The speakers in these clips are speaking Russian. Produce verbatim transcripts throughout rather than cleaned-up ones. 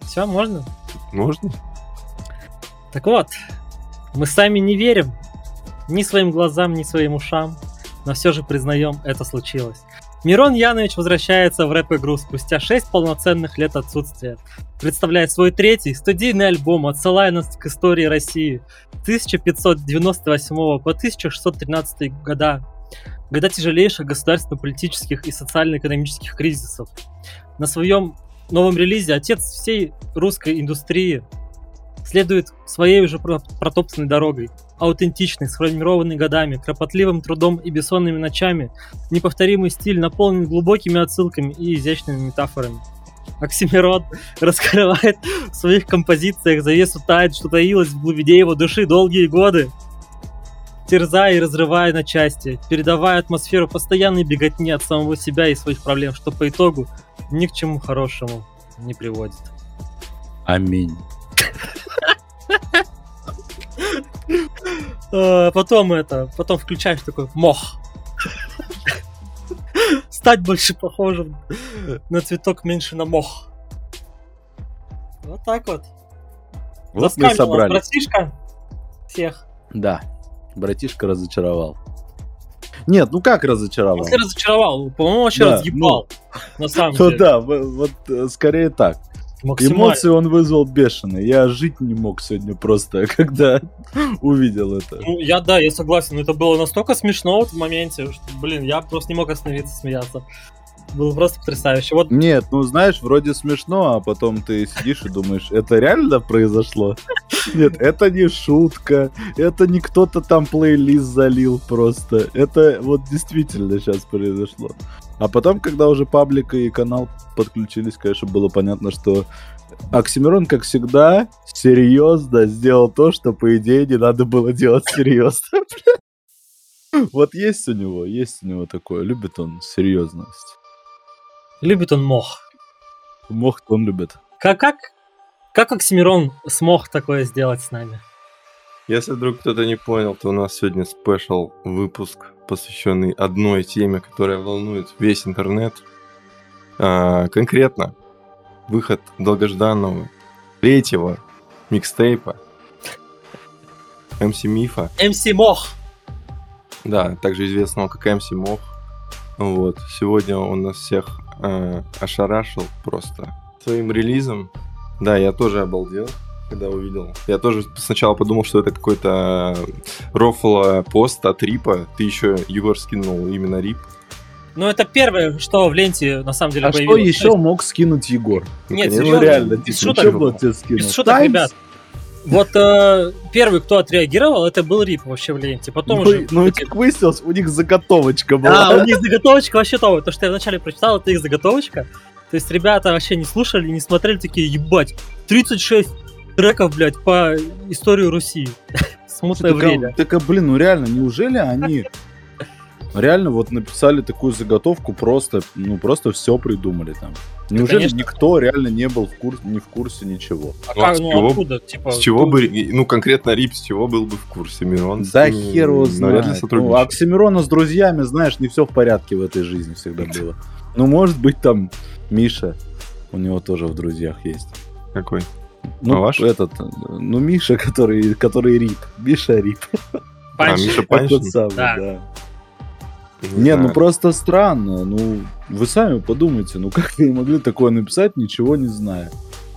Все, можно? Можно. Так вот, мы сами не верим ни своим глазам, ни своим ушам, но все же признаем, это случилось. Мирон Янович возвращается в рэп-игру спустя шесть полноценных лет отсутствия. Представляет свой третий студийный альбом, отсылая нас к истории России тысяча пятьсот девяносто восьмого по тысяча шестьсот тринадцатый года, года тяжелейших государственно-политических и социально-экономических кризисов. На своем новом релизе отец всей русской индустрии следует своей уже протоптанной дорогой, аутентичный, сформированный годами, кропотливым трудом и бессонными ночами, неповторимый стиль наполнен глубокими отсылками и изящными метафорами. Оксимирон раскрывает в своих композициях завесу тайн, что таилось в глубине его души долгие годы, терзая и разрывая на части, передавая атмосферу постоянной беготни от самого себя и своих проблем, что по итогу ни к чему хорошему не приводит. Аминь. Потом это, потом включаешь такой мох. Стать больше похожим на цветок, меньше на мох. Вот так вот. Вот мы собрали. Братишка всех. Да, братишка разочаровал. Нет, ну как разочаровал? Если разочаровал, по-моему, вообще да, разъебал. Ну, на самом то деле. Да, вот скорее так. Эмоции он вызвал бешеные. Я жить не мог сегодня просто, когда увидел это. Ну, я, да, я согласен. Это было настолько смешно вот в моменте, что, блин, я просто не мог остановиться смеяться. Было просто потрясающе. Вот... Нет, ну знаешь, вроде смешно, а потом ты сидишь и думаешь, это реально произошло? Нет, это не шутка, это не кто-то там плейлист залил просто. Это вот действительно сейчас произошло. А потом, когда уже паблик и канал подключились, конечно, было понятно, что Оксимирон, как всегда, серьезно сделал то, что, по идее, не надо было делать серьезно. Вот есть у него, есть у него такое. Любит он серьезность. Любит он мох. Мох он любит. Как, как, как Оксимирон смог такое сделать с нами? Если вдруг кто-то не понял, то у нас сегодня спешл выпуск, посвященный одной теме, которая волнует весь интернет. А, конкретно выход долгожданного третьего микстейпа эм си Мифа. эм си Мох. Да, также известного как эм си Мох. Вот. Сегодня он нас всех э, ошарашил просто своим релизом. Да, я тоже обалдел, когда увидел. Я тоже сначала подумал, что это какой-то рофл пост от Рипа. Ты еще, Егор, скинул именно Рип. Ну, это первое, что в ленте на самом деле а появилось. А что еще есть... мог скинуть Егор? Нет, ну, серьезно, реально, без шуток, было тебе скинуть? Без шуток, ребят. Вот э, первый, кто отреагировал, это был Рип вообще в ленте. Потом ну, уже... Ну, эти... как выяснилось, у них заготовочка была. А, у них заготовочка вообще то, то, что я вначале прочитал, это их заготовочка. То есть ребята вообще не слушали, не смотрели, такие, ебать, тридцать шесть треков, блядь, по истории Руси. Смутное время. Так, а, блин, ну реально, неужели они... Реально вот написали такую заготовку, просто, ну просто все придумали там. Неужели да, никто реально не был в курсе, не в курсе ничего? А ну, как, ну чего, откуда? Типа, с чего бы, ну конкретно Рип, с чего был бы в курсе? Мирон? Да хер его знает. Ну, Оксимирона с друзьями, знаешь, не все в порядке в этой жизни всегда было. Ну может быть там Миша, у него тоже в друзьях есть. Какой? Ну а ваш? Этот, ну Миша, который, который Рип. Миша Рип. А, Миша Панчин? Самый, да. да. Не, не ну просто странно. Ну, вы сами подумайте, ну как вы могли такое написать, ничего не зная?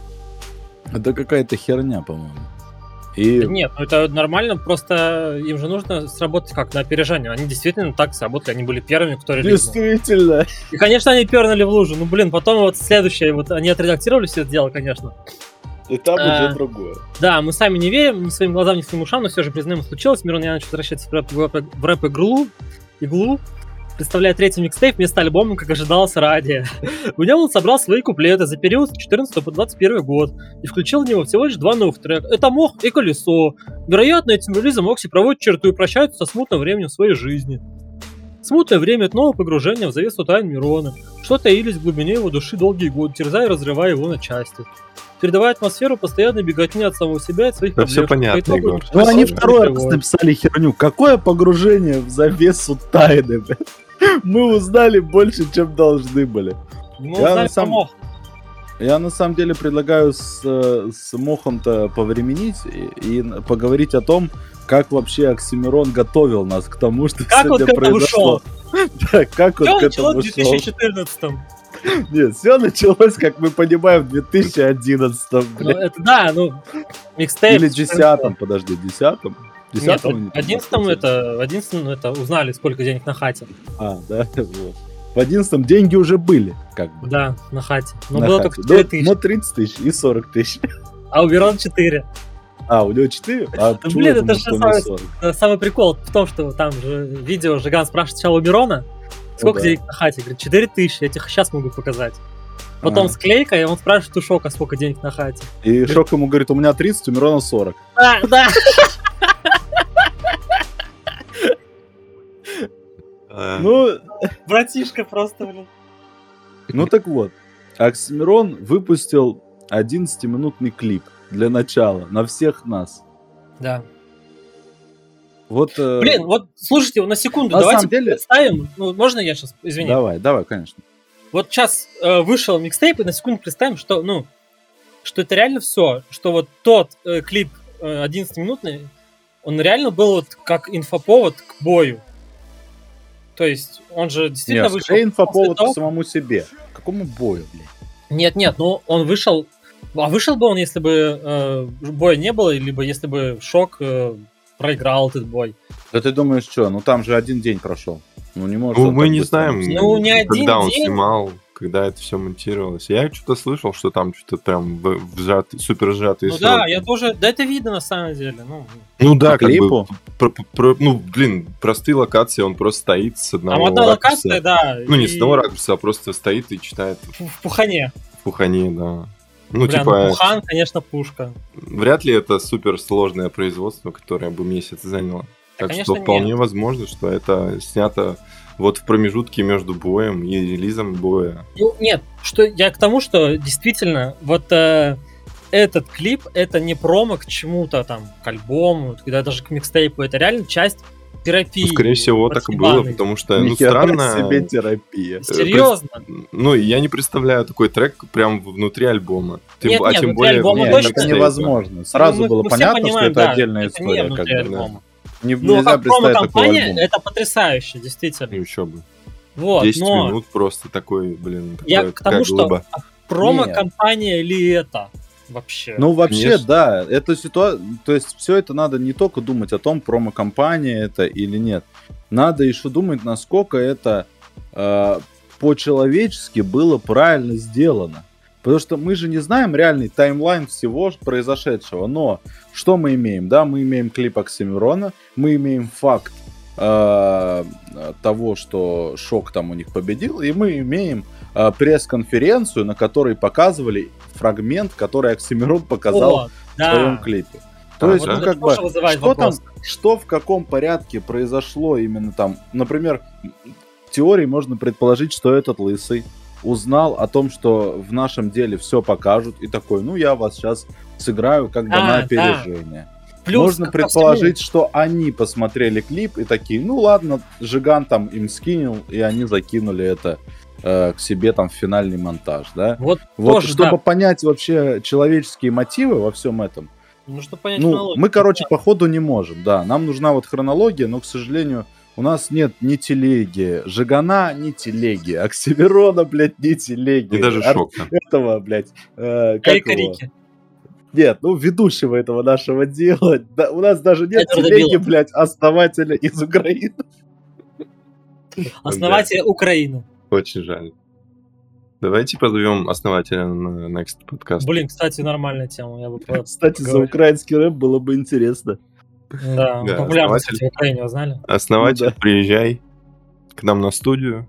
Это какая-то херня, по-моему. И... Да нет, ну это нормально, просто им же нужно сработать как на опережение. Они действительно так сработали, они были первыми, кто релизнул. Действительно. И, конечно, они пернули в лужу. Ну, блин, потом вот следующее, вот они отредактировали все это дело, конечно. И там а, уже другое. Да, мы сами не верим, ни своим глазам, ни своим ушам, но все же признаем, случилось. Мирон Янович возвращается в, рэп, в, рэп, в рэп-иглу, иглу, представляет третий микстейп вместо альбома, как ожидалось ранее. В нем он собрал свои куплеты за период с четырнадцатого по двадцать первый год и включил в него всего лишь два новых трека. Это «Мох» и «Колесо». Вероятно, этим релизом Окси проводит черту и прощается со смутным временем в своей жизни. Смутное время — это новое погружение в завесу тайн Мирона, что таились в глубине его души долгие годы, терзая и разрывая его на части. Передавая атмосферу постоянной беготни от самого себя и от своих да проблем. Все понятно, Егор. Ну, они второй раз написали херню. Какое погружение в завесу тайны, блядь? Мы узнали больше, чем должны были. Мы узнали, сам... Я на самом деле предлагаю с, э, с Мохом-то повременить и, и поговорить о том, как вообще Оксимирон готовил нас к тому, что Как он сегодня к этому произошло. шел? Да, как он Все к началось этому в две шел. тысячи четырнадцатом. Нет, все началось, как мы понимаем, в две тысячи одиннадцатом, Ну, блядь. это да, ну, микстейп. Или десятом, подожди, десятом? Нет, Десятом? в одиннадцатом это, в одиннадцатом это узнали, сколько денег на хате. А, да, вот. В одиннадцатом деньги уже были, как бы. Да, на хате. Но на было хате. только четыре тысячи. Но тридцать тысяч и сорок тысяч. А у Мирона четыре. А, у него четыре? А почему блин, я это думал, же что у него самое- сорок? Э, Самый прикол в том, что там же видео Жиган спрашивает сначала у Мирона, сколько да. денег на хате. Говорит, четыре тысячи, я тебе сейчас могу показать. Потом А. склейка, и он спрашивает у Шока, сколько денег на хате. И Шок ему говорит, у меня тридцать, у Мирона сорок. Да, да. А, Ну, Братишка просто, блин. ну так вот, Оксимирон выпустил одиннадцатиминутный клип для начала на всех нас. Да. Вот, э, Блин, вот слушайте, на секунду, На давайте самом деле- представим. Ну, можно я сейчас, извини. давай, давай, конечно. Вот сейчас э, вышел микстейп, и на секунду представим, что, ну, что это реально все, что вот тот э, клип э, одиннадцатиминутный, он реально был вот как инфоповод к бою. То есть он же действительно Нет, вышел... скорее инфоповод после того- к самому себе. К какому бою, блядь? Нет, нет, ну он вышел... А вышел бы он, если бы э, боя не было, либо если бы Шок э, проиграл этот бой. Да ты думаешь, что? Ну там же один день прошел. Ну не может. Ну, он мы так не быстро знаем, написать. Ну, не один когда он день. снимал, когда это все монтировалось. Я что-то слышал, что там что-то прям в, в сжат- супер сжатые Ну да, сроки. я тоже... Да это видно на самом деле. Ну, Ну да, По как клипу? бы, про- про- про- ну, блин, простые локации, он просто стоит с одного там одна ракурса. локация, да. Ну, не и с одного ракурса, а просто стоит и читает В в Пухане. в Пухане, да. Ну, Бля, типа, ну, Пухан, конечно, пушка. вряд ли это супер сложное производство, которое бы месяц заняло. Так конечно, что вполне нет. возможно, что это снято вот в промежутке между боем и релизом боя. Ну, нет, что я к тому, что действительно вот э, этот клип это не промо к чему-то там, к альбому, когда даже к микстейпу, это реально часть терапии. Ну, скорее всего, так и было, Ебаный. потому что, ну, Нихера странно... себе терапия. Серьезно? Ну, я не представляю такой трек прям внутри альбома. Тем, Нет, а нет, тем внутри более... альбома Нет, точно. это невозможно. Сразу мы- было мы все понятно, понимаем, что это да, отдельная это не история. внутри Как бы. альбома. Не- Ну, нельзя как представить такой промо-компания, альбом. это потрясающе, действительно. Еще бы. Вот, десять но минут просто такой, блин, я такое, к тому, такая что глыба. промо-компания ли это вообще? Ну, вообще, Конечно. да, это ситуация, то есть все это надо не только думать о том, промо-компания это или нет. Надо еще думать, насколько это э, по-человечески было правильно сделано. Потому что мы же не знаем реальный таймлайн всего произошедшего. Но что мы имеем? Да, мы имеем клип Оксимирона, мы имеем факт э, того, что Шок там у них победил, и мы имеем э, пресс-конференцию, на которой показывали фрагмент, который Оксимирон показал О, в да. своем клипе. То А, есть, да? ну Это как бы, тоже вызывает что там, вопрос. что в каком порядке произошло именно там. Например, в теории можно предположить, что этот лысый узнал о том, что в нашем деле все покажут, и такой, ну я вас сейчас сыграю как бы А, на да. опережение. Плюс Можно ко предположить, что они посмотрели клип и такие, ну ладно, Жиган там им скинул, и они закинули это э, к себе там в финальный монтаж, да? всему. Вот, Вот, тоже, чтобы да. понять вообще человеческие мотивы во всем этом, Ну, чтобы понять ну, хронологию. мы, короче, по ходу не можем, да. Нам нужна вот хронология, но, к сожалению, у нас нет ни телеги Жигана, ни телеги Оксимирона, блядь, ни телеги. И даже Ар- Шока. Этого, блядь, э, как Эрика его? Рики. Нет, ну, ведущего этого нашего дела. Да, у нас даже нет Эдварда телеги, Билла. блядь, основателя из Украины. Основатель Украины. Очень жаль. Давайте позовем основателя на Next подкаст. Блин, кстати, нормальная тема. Я бы по- Кстати, за поговорил. украинский рэп было бы интересно. Да, Да, популярно, основатель. кстати, в Украине, вы знали? Основатель, Ну да. приезжай к нам на студию.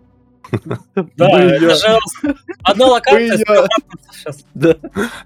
Да, Мы это её- же одна локация. Мы сто её- ракурсов сейчас. Да.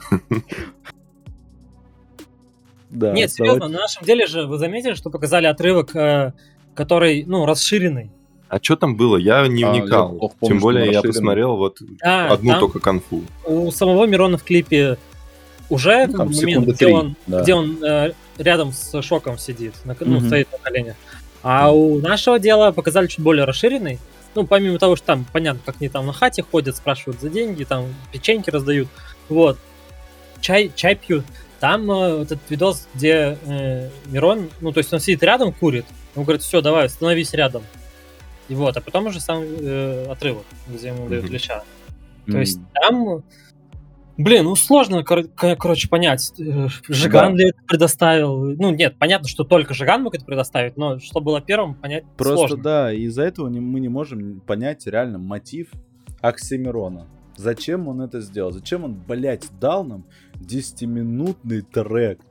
Да, Нет, серьезно, на нашем деле же вы заметили, что показали отрывок, э, который, ну, расширенный. А что там было? Я не А, я вникал. плохо помню, Тем более что я расширенный. посмотрел вот А, одну там только конфу. у самого Мирона в клипе уже Ну, как там бы секунды момент, где три, он, да. где он э, рядом с Шоком сидит, на, ну, Мгм. стоит на коленях. А у нашего дела показали чуть более расширенный, Ну, помимо того, что там, понятно, как они там на хате ходят, спрашивают за деньги, там печеньки раздают, вот, чай, чай пьют. Там э, этот видос, где э, Мирон, ну, то есть он сидит рядом, курит, он говорит, все, давай, становись рядом. И вот, а потом уже сам э, отрывок, где ему дают Мгм. леща. То есть там, блин, ну сложно, кор- кор- короче, понять, э, Жиган Да. ли это предоставил. Ну, нет, понятно, что только Жиган мог это предоставить, но что было первым, понять Просто сложно. да, из-за этого не- мы не можем понять реально мотив Оксимирона. Зачем он это сделал? Зачем он, блядь, дал нам десятиминутный трек?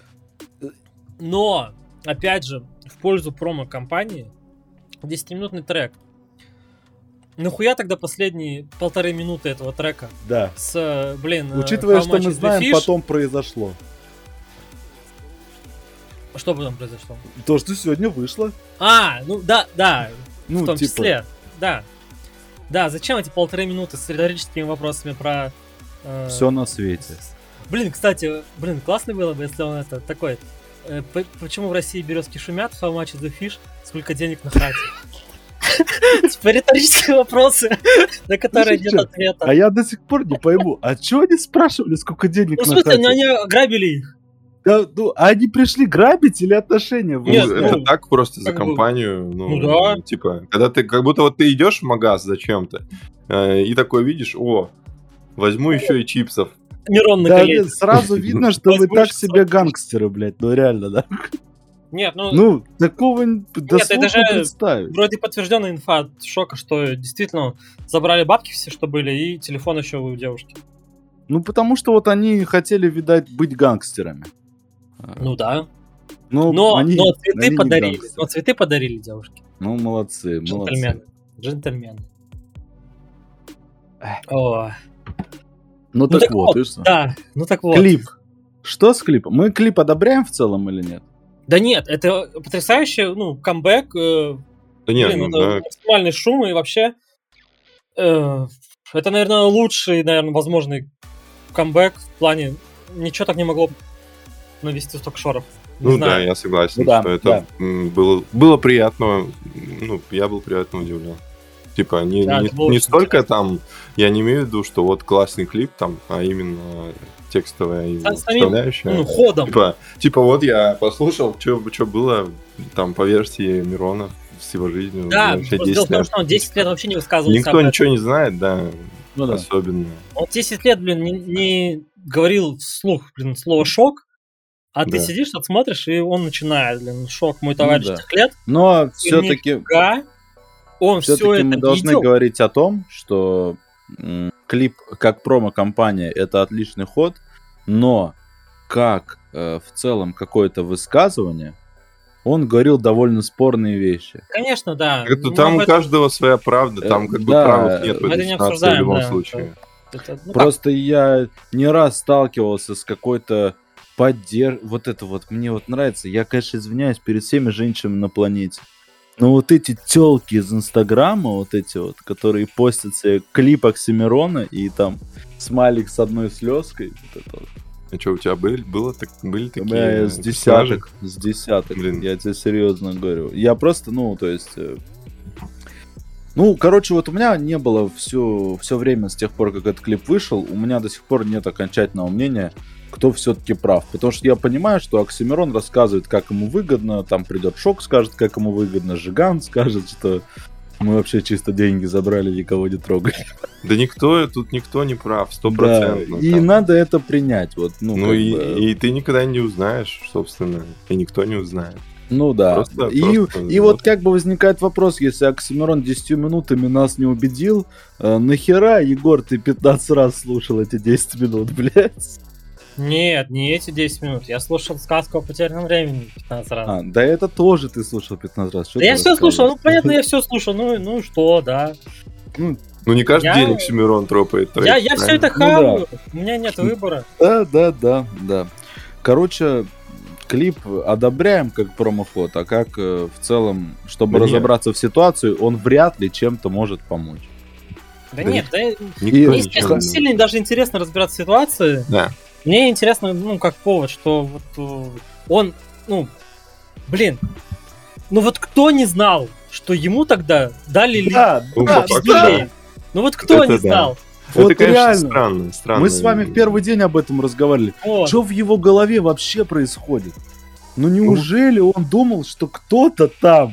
Но, опять же, в пользу промо-компании, десятиминутный трек. Нахуя тогда последние полторы минуты этого трека Да. с, э, блин, э, Учитывая, How что Much мы Is the знаем, Fish? потом произошло. Что потом произошло? То, что сегодня вышло. А, ну да, да, Ну, в том типа, числе, да. Да, зачем эти полторы минуты с риторическими вопросами про... э, все на свете. Блин, кстати, блин, классно было бы, если он это такой... э, п- почему в России березки шумят, how much is the fish, сколько денег на хате? Типа риторические вопросы, на которые нет Слушай, А ответа. я до сих пор не пойму, а чё они спрашивали, сколько денег Ну, в на смысле, хате? они ограбили их. Да, ну, а они пришли грабить или отношения Ну, Нет, выяснять? это ну, так просто за как бы- компанию. Ну, ну да. Типа, когда ты, как будто вот ты идешь в магаз зачем-то, э, и такой видишь, о, возьму еще и чипсов. Мирон на Да, колени. нет, сразу видно, что вы Возьму так шестьсот. себе гангстеры, блядь, ну реально, да? Нет, ну, Ну, такого н- да это сложно же представить. вроде подтвержденная инфа от Шока, что действительно забрали бабки все, что были, и телефон еще у девушки. Ну, потому что вот они хотели, видать, быть гангстерами. Ну да. Ну, Но, они- но цветы они не подарили. гангстеры. Но цветы подарили девушке. Ну, молодцы, Джентльмены. молодцы. Джентльмены. Эх. О, Ну, Ну так, так вот, вот, и что? да, ну так вот. Клип. Что с клипом? Мы клип одобряем в целом или нет? Да нет, это потрясающий, ну, камбэк. э, Да нет, блин, ну, это да, максимальный шум, и вообще э, это, наверное, лучший, наверное, возможный камбэк в плане ничего так не могло навести столько шоров. Не ну да, знаю. я согласен, Ну да, что это да. м, было, было приятно, ну, я был приятно удивлен. Типа, не, Да, не, это было не очень столько там, я не имею в виду, что вот классный клип там, а именно текстовая его Сам- самим, составляющая. Ну, ходом. Типа, типа вот я послушал, что было там по версии Мирона с его жизнью. Да, вообще просто дело в десять том, лет. что он десять лет вообще не высказывался. Никто об этом. ничего не знает, да, Ну да. особенно. Он десять лет, блин, не, не говорил вслух, блин, слово «шок», а ты Да. сидишь, отсмотришь, и он начинает, блин, «шок, мой товарищ да. тех лет». Но все-таки Нифига, он все все-таки это мы должны видел. говорить о том, что м, клип как промо-компания это отличный ход, но как э, в целом какое-то высказывание, он говорил довольно спорные вещи. Конечно, да. Это, Ну, там об у этом- каждого своя правда, там Э, как бы да, правых нет в мы этой это не ситуации в обсуждаем, любом да. случае. это, ну, Просто я не раз сталкивался с какой-то поддержкой. Вот это вот мне вот нравится. Я, конечно, извиняюсь перед всеми женщинами на планете. Но вот эти телки из Инстаграма, вот эти вот, которые постят себе клип Оксимирона и там смайлик с одной слезкой. Вот это вот. А что, у тебя были, было, так, были такие Бля, с персонажи? десяток, с десяток, Блин. я тебе серьезно говорю. Я просто, ну, то есть... э, Ну, короче, вот у меня не было все, все время с тех пор, как этот клип вышел, у меня до сих пор нет окончательного мнения, кто все-таки прав. Потому что я понимаю, что Оксимирон рассказывает, как ему выгодно, там придет Шок, скажет, как ему выгодно, Жиган скажет, что мы вообще чисто деньги забрали, никого не трогали. Да никто, тут никто не прав, Да, стопроцентно. и там. надо это принять. Вот, ну, Ну как и, бы. и ты никогда не узнаешь, собственно, и никто не узнает. Ну да. Просто- и просто и вот. вот как бы возникает вопрос, если Оксимирон десятью минутами нас не убедил, э, нахера, Егор, ты пятнадцать раз слушал эти десять минут, блядь? Нет, не эти десять минут. Я слушал сказку о потерянном времени пятнадцать раз. А, да это тоже ты слушал пятнадцать раз. Что да ты я все рассказываешь? слушал, ну понятно, я все слушал, ну, ну что, да. Ну, Ну не каждый Я- день Оксимирон тропает трек. Я, я все это Ну да. хаваю, у меня нет выбора. да, да, да, да. Короче, клип одобряем как промоход, а как э, в целом, чтобы Да нет. разобраться в ситуации, он вряд ли чем-то может помочь. Да Да нет, да, Никто И- мне, ничего естественно, не- сильно даже интересно разбираться в ситуации. Да. Мне интересно, ну, как повод, что вот э, он, ну, блин, ну вот кто не знал, что ему тогда дали ли... Да, Ну, да, по факту, да. пиздюлей. Ну вот кто Это не да. знал? Вот это, конечно, реально. странно, странно. Мы с вами в первый день об этом разговаривали. Вот. Что в его голове вообще происходит? Ну неужели он думал, что кто-то там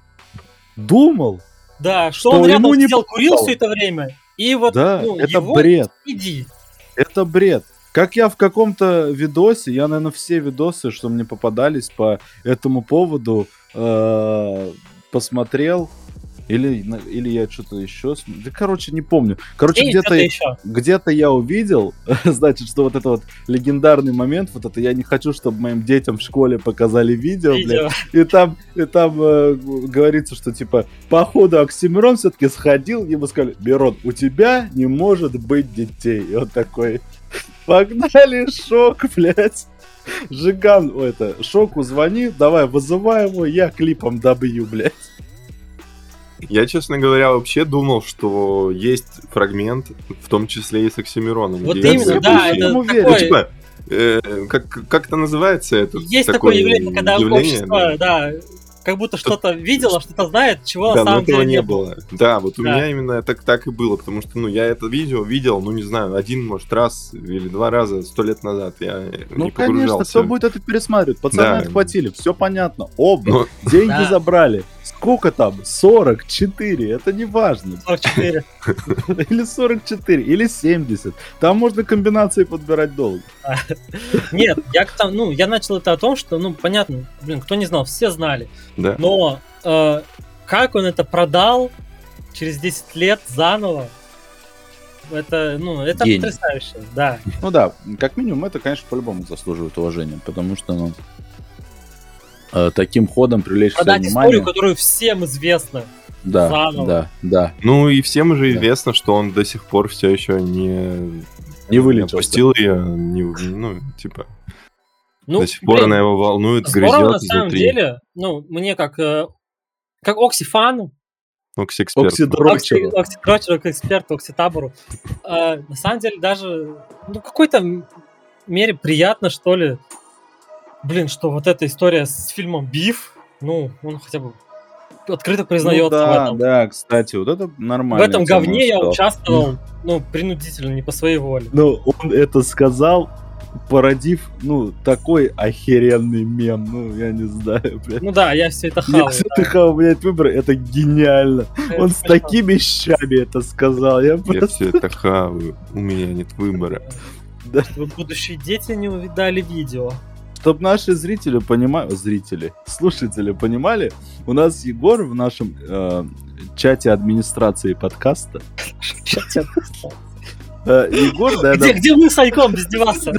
думал? Да, что, Что он рядом ему не сидел, курил попало. все это время, и вот Да, ну, это его бред. иди. Это бред. Как я в каком-то видосе, я, наверное, все видосы, что мне попадались по этому поводу, э, посмотрел. Или, на- или я что-то еще... см- Да, короче, не помню. Короче, И где-то, что-то еще. где-то я увидел, значит, что вот это вот легендарный момент, вот это я не хочу, чтобы моим детям в школе показали видео, блядь. Видео. И там, и там э, говорится, что типа, походу Оксимирон все-таки сходил, ему сказали: Мирон, у тебя не может быть детей. И он такой: погнали, Шок, блядь. Жиган, о, это, Шоку звони, давай, вызывай его, я клипом добью, блядь. Я, честно говоря, вообще думал, что есть фрагмент, в том числе и с Оксимироном. Вот где именно, я да, вообще- это ему верю. Ну, такое... типа, э, как, как это называется? Это Есть такое явление, когда явление, общество, да, как будто что-то видело, что-то знает, чего Да, на но самом этого деле не было. Да, вот у Да. меня именно так, так и было, потому что, ну, я это видео видел, ну, не знаю, один, может, раз или два раза сто лет назад. Я Ну, не конечно, погружался. кто будет это пересматривать? Пацаны Да. отхватили, все понятно. Оба. Но Деньги Да. забрали. Сколько там? сорок четыре. Это не важно. сорок четыре. Или сорок четыре, или семьдесят. Там можно комбинации подбирать долго. Нет, я к тому, ну, я начал это о том, что, ну, понятно, блин, кто не знал, все знали. да. Но э, как он это продал через десять лет заново, это, ну, это Гений. потрясающе, да. Ну да, как минимум это, конечно, по-любому заслуживает уважения, потому что, ну, э, таким ходом привлечь все Продать внимание. историю, которую всем известно. Да, заново. да, да. Ну, и всем уже Да. известно, что он до сих пор все еще не... Не вылечился. Опустил ее, не, ну, типа, Ну, до сих пор блин, она его волнует, здорово на грызет самом изнутри. деле, ну, мне как, э, как Окси-фану, Окси-эксперт. Оксидрочеру. Окси-крочеру, как эксперту, Окси-табору, э, на самом деле даже, ну, в какой-то м- мере приятно, что ли, блин, что вот эта история с фильмом «Биф», ну, он хотя бы открыто признается Ну да, в этом. да, кстати, вот это В нормально. этом говне я участвовал, ну, принудительно, не по своей воле. Ну, он это сказал, породив, ну, такой охеренный мем, ну, я не знаю, блядь. Ну да, я все это Я хавал. все ты хавал, блядь, выбор, это гениально. Он с такими щами это сказал, я Я просто... все это хаваю, у меня нет выбора. Да. Чтобы будущие дети не увидали видео. Чтоб наши зрители понимали, зрители, слушатели понимали, у нас Егор в нашем э, чате администрации подкаста. э, Егор, да, Где, да, где мы с Айком без деваться?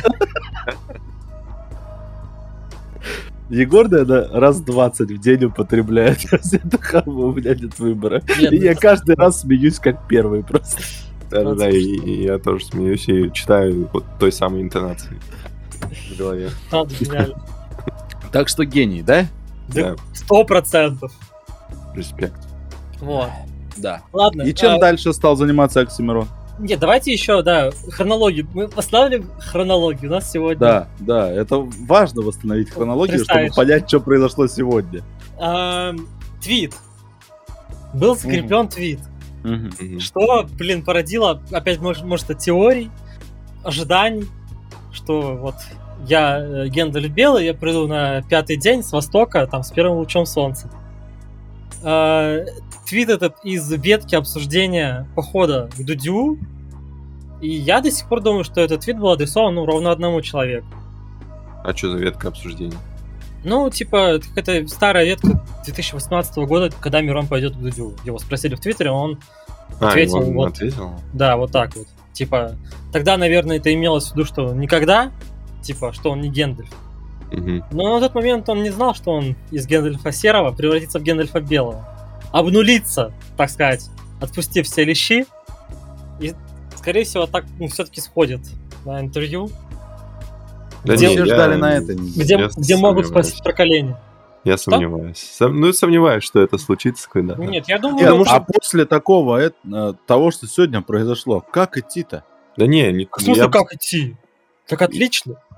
Егор, да, да, раз двадцать в день употребляет. Это хамо, у меня нет выбора. Нет, И я ну, каждый раз смеюсь как первый просто. Да-да-да, и, и я тоже смеюсь и читаю вот той самой интонацией в голове. правда, гениально. Так что гений, да? Да, Сто процентов. Респект. Вот. Да. Ладно. И чем а, дальше стал заниматься Оксимирон? Нет, давайте еще, да, хронологию. Мы восстанавливаем хронологию. У нас сегодня Да, да, это важно восстановить хронологию, чтобы Представишь. понять, что произошло сегодня. ам, твит. Был закреплен твит. Мгм. Мгм. Что, блин, породило, опять, может, может, от теорий, ожиданий, что вот я э, Гендель белый, я приду на пятый день с востока, там, с первым лучом солнца. А, твит этот из ветки обсуждения похода к Дудю, и я до сих пор думаю, что этот твит был адресован, ну, ровно одному человеку. А что за ветка обсуждения? Ну, типа, это какая-то старая ветка две тысячи восемнадцатого года, когда Мирон пойдет к Дудю. Его спросили в Твиттере, он А, Ответил, он вот. ответил? Да, вот так вот. Типа, тогда, наверное, это имелось в виду, что никогда, типа, что он не Гендальф. Мгм. Но на тот момент он не знал, что он из Гендальфа серого превратится в Гендальфа белого. Обнулиться, так сказать, отпустив все лещи. И, скорее всего, так ну, все-таки сходит на интервью, Да Где- не, Все я- ждали на это. где, Я где могут сомневаюсь. спросить про колени. Я сомневаюсь. Сом- Ну, сомневаюсь, что это случится когда. Нет, я думаю, Нет, Потому а что- после такого, э, э, того, что сегодня произошло, как идти-то? Да не, не в смысле, я, как идти? Так отлично.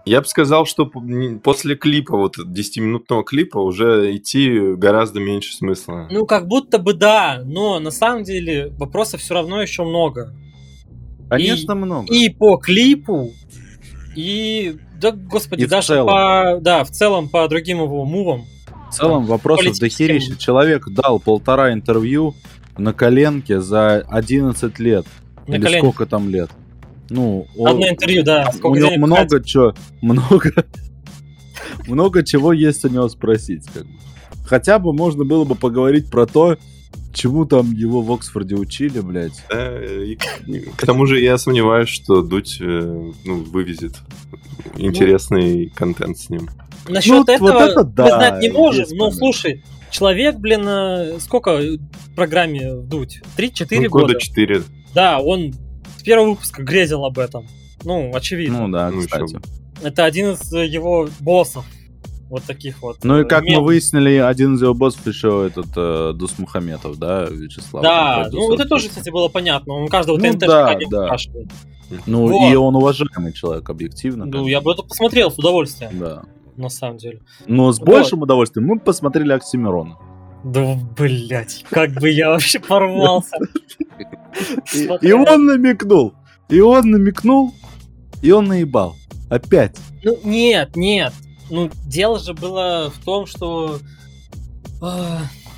Я бы сказал, что п- после клипа, вот десятиминутного клипа, уже идти гораздо меньше смысла. Ну, как будто бы да, но на самом деле вопросов все равно еще много. Конечно, И- много. И по клипу, и, да, господи, И в даже целом. по, да, в целом по другим его мувам. В целом вопросов политическим- дохерища. Человек дал полтора интервью на коленке за одиннадцать лет. На Или коленке. сколько там лет? Ну, он- Одно интервью, да. у Сколько него денег много тратит. чего, много, много чего есть у него спросить. Как бы. Хотя бы можно было бы поговорить про то, чему там его в Оксфорде учили, блядь. Да, и к- к тому же я сомневаюсь, что Дудь э, ну, вывезет интересный контент с ним. Насчет Ну, вот этого это да, мы знать не можем. есть Но момент. слушай, человек, блин, э, сколько в программе вдуть? три-четыре Ну, года. года четыре. Да, он с первого выпуска грезил об этом. Ну, очевидно. Ну да, Ну, кстати. ещё бы. Это один из э, его боссов. Вот таких вот. Ну и э, как мы мемов. выяснили, один из его боссов еще этот э, Дусмухаметов, да, Вячеслав? Да, там, ну продюсер. это тоже, кстати, было понятно. Он каждого Ну ТНТ да, не да. спрашивает. Ну Вот. и он уважаемый человек, объективно. Ну, как я бы это посмотрел с удовольствием, бы. Да. на самом деле. Но с Вот. большим удовольствием мы посмотрели Оксимирона. Да, блять, как бы я вообще порвался. И, и Смотрел. он намекнул, и он намекнул, и он наебал. Опять. Ну, нет, нет. Ну, дело же было в том, что... а,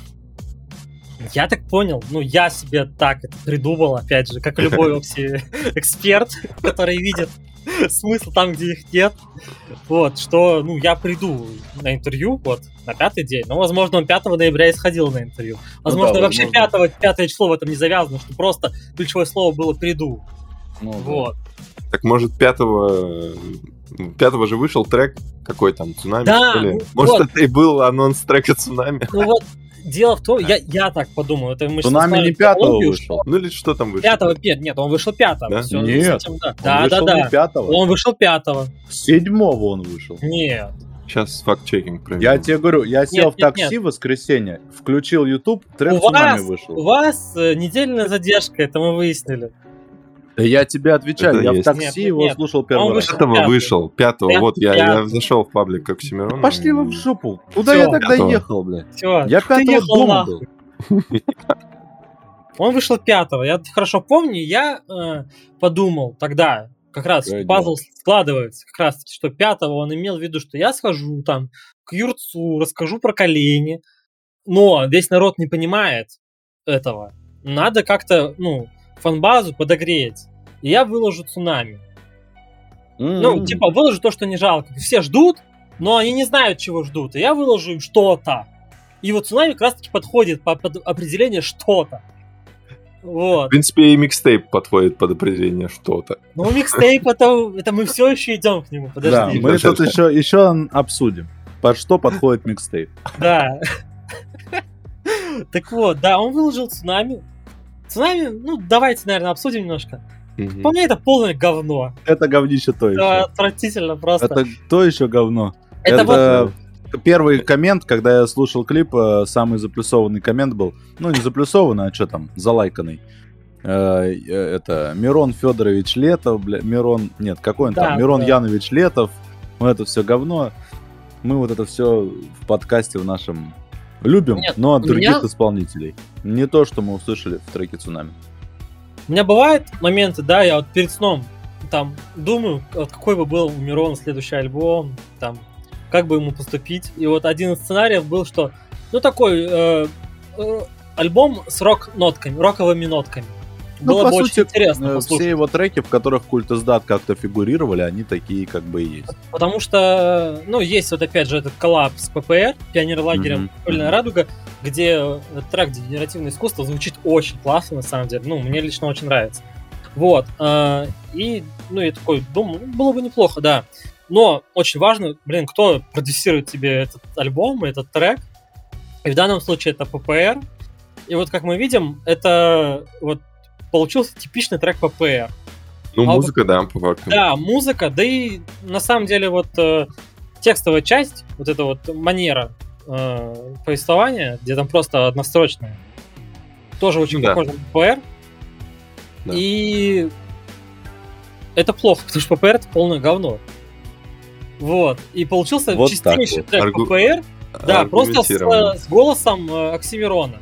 Я так понял, ну, я себе так это придумал, опять же, как любой вообще эксперт, который видит смысл там, где их нет. Вот, что, ну, я приду на интервью, вот, на пятый день, но, возможно, он пятого ноября и сходил на интервью. Возможно, да, вообще возможно. пятого, пятое число в этом не завязано, что просто ключевое слово было «приду». Ну, да. Вот. Так может пятого... Пятого же вышел трек, какой там, «Цунами», Да, что ли? ну, Может, вот. это и был анонс трека «Цунами»? Ну вот, дело в том, я, я так подумал, это мы сейчас Цунами оставим не пятого технологию, вышел. Ну или что там вышло? Пятого, нет, нет, он вышел пятого. Да? всё, Нет, с этим, да. Он Да, да, вышел да. не пятого. Он вышел пятого. Седьмого он вышел. Нет. Сейчас факт-чекинг проверим. Я тебе говорю, я сел Нет, в нет, такси нет. в воскресенье, включил YouTube, трек У «Цунами» вас, вышел. у вас э, недельная задержка, это мы выяснили. Да я тебе отвечаю, Это я в есть. такси Нет, нет, его нет. слушал первый Он раз. вышел Пятого пятый. вышел, пятого, Пят- вот я, я пятый. зашел в паблик к Оксимирону. Пошли вы в и- жопу. Куда Всё. я тогда Пятого. ехал, блядь? Все. Я пятого дома был. Он вышел пятого. Я хорошо помню, я э, подумал тогда, как раз Пойдём. пазл складывается, как раз что пятого он имел в виду, что я схожу там к Юрцу, расскажу про колени, но весь народ не понимает этого. Надо как-то, ну, фан-базу подогреть. И я выложу «Цунами». Ну, М. типа, выложу то, что не жалко. Все ждут, но они не знают, чего ждут. И я выложу им что-то. И вот «Цунами» как раз-таки подходит по под определению что-то. В Вот. принципе, и микстейп подходит под определение что-то. Ну, микстейп, это, это мы все еще идем к нему, Да, подожди. мы тут еще, еще обсудим, под что подходит микстейп. Да. Так вот, да, он выложил «Цунами». «Цунами», ну, давайте, наверное, обсудим немножко. Мгм. По мне, это полное говно. Это говнище то Это еще. отвратительно просто. Это то еще говно. Это Это первый коммент, когда я слушал клип, э, самый заплюсованный коммент был. Ну, не заплюсованный, а что там, залайканный. Э, э, Это Мирон Федорович Летов, бля, Мирон, нет, какой он Да, там, Мирон да. Янович Летов. Вот это все говно. Мы вот это все в подкасте в нашем любим, Нет, но от у других меня- исполнителей. Не то, что мы услышали в треке «Цунами». У меня бывают моменты, да, я вот перед сном там думаю, вот какой бы был у Мирона следующий альбом, там, как бы ему поступить. И вот один из сценариев был, что, ну, такой э, э, альбом с рок-нотками, роковыми нотками. Ну, Было по бы сути, очень интересно э, послушать. все его треки, в которых Культ Издат как-то фигурировали, они такие как бы и есть. Потому что, ну, есть вот опять же этот коллаб с ППР, пионерлагерем Мгм. «Пыльная радуга», где э, трек «Дегенеративное искусство» звучит очень классно, на самом деле. Ну, мне лично очень нравится. Вот. э, И, ну, я такой думаю, ну, было бы неплохо, да. Но очень важно, блин, кто продюсирует тебе этот альбом, этот трек. И в данном случае это ППР. И вот, как мы видим, это вот получился типичный трек ППР. Ну, А музыка, да, по факту. Да, музыка, да и на самом деле вот э, текстовая часть, вот эта вот манера э, повествования, где там просто однострочная, тоже очень Да. похожа на ППР. Да. И это плохо, потому что ППР это полное говно. Вот. И получился Вот чистейший так вот. трек Аргу- ППР, да, просто с, Аргументированно. э, с голосом э, Оксимирона.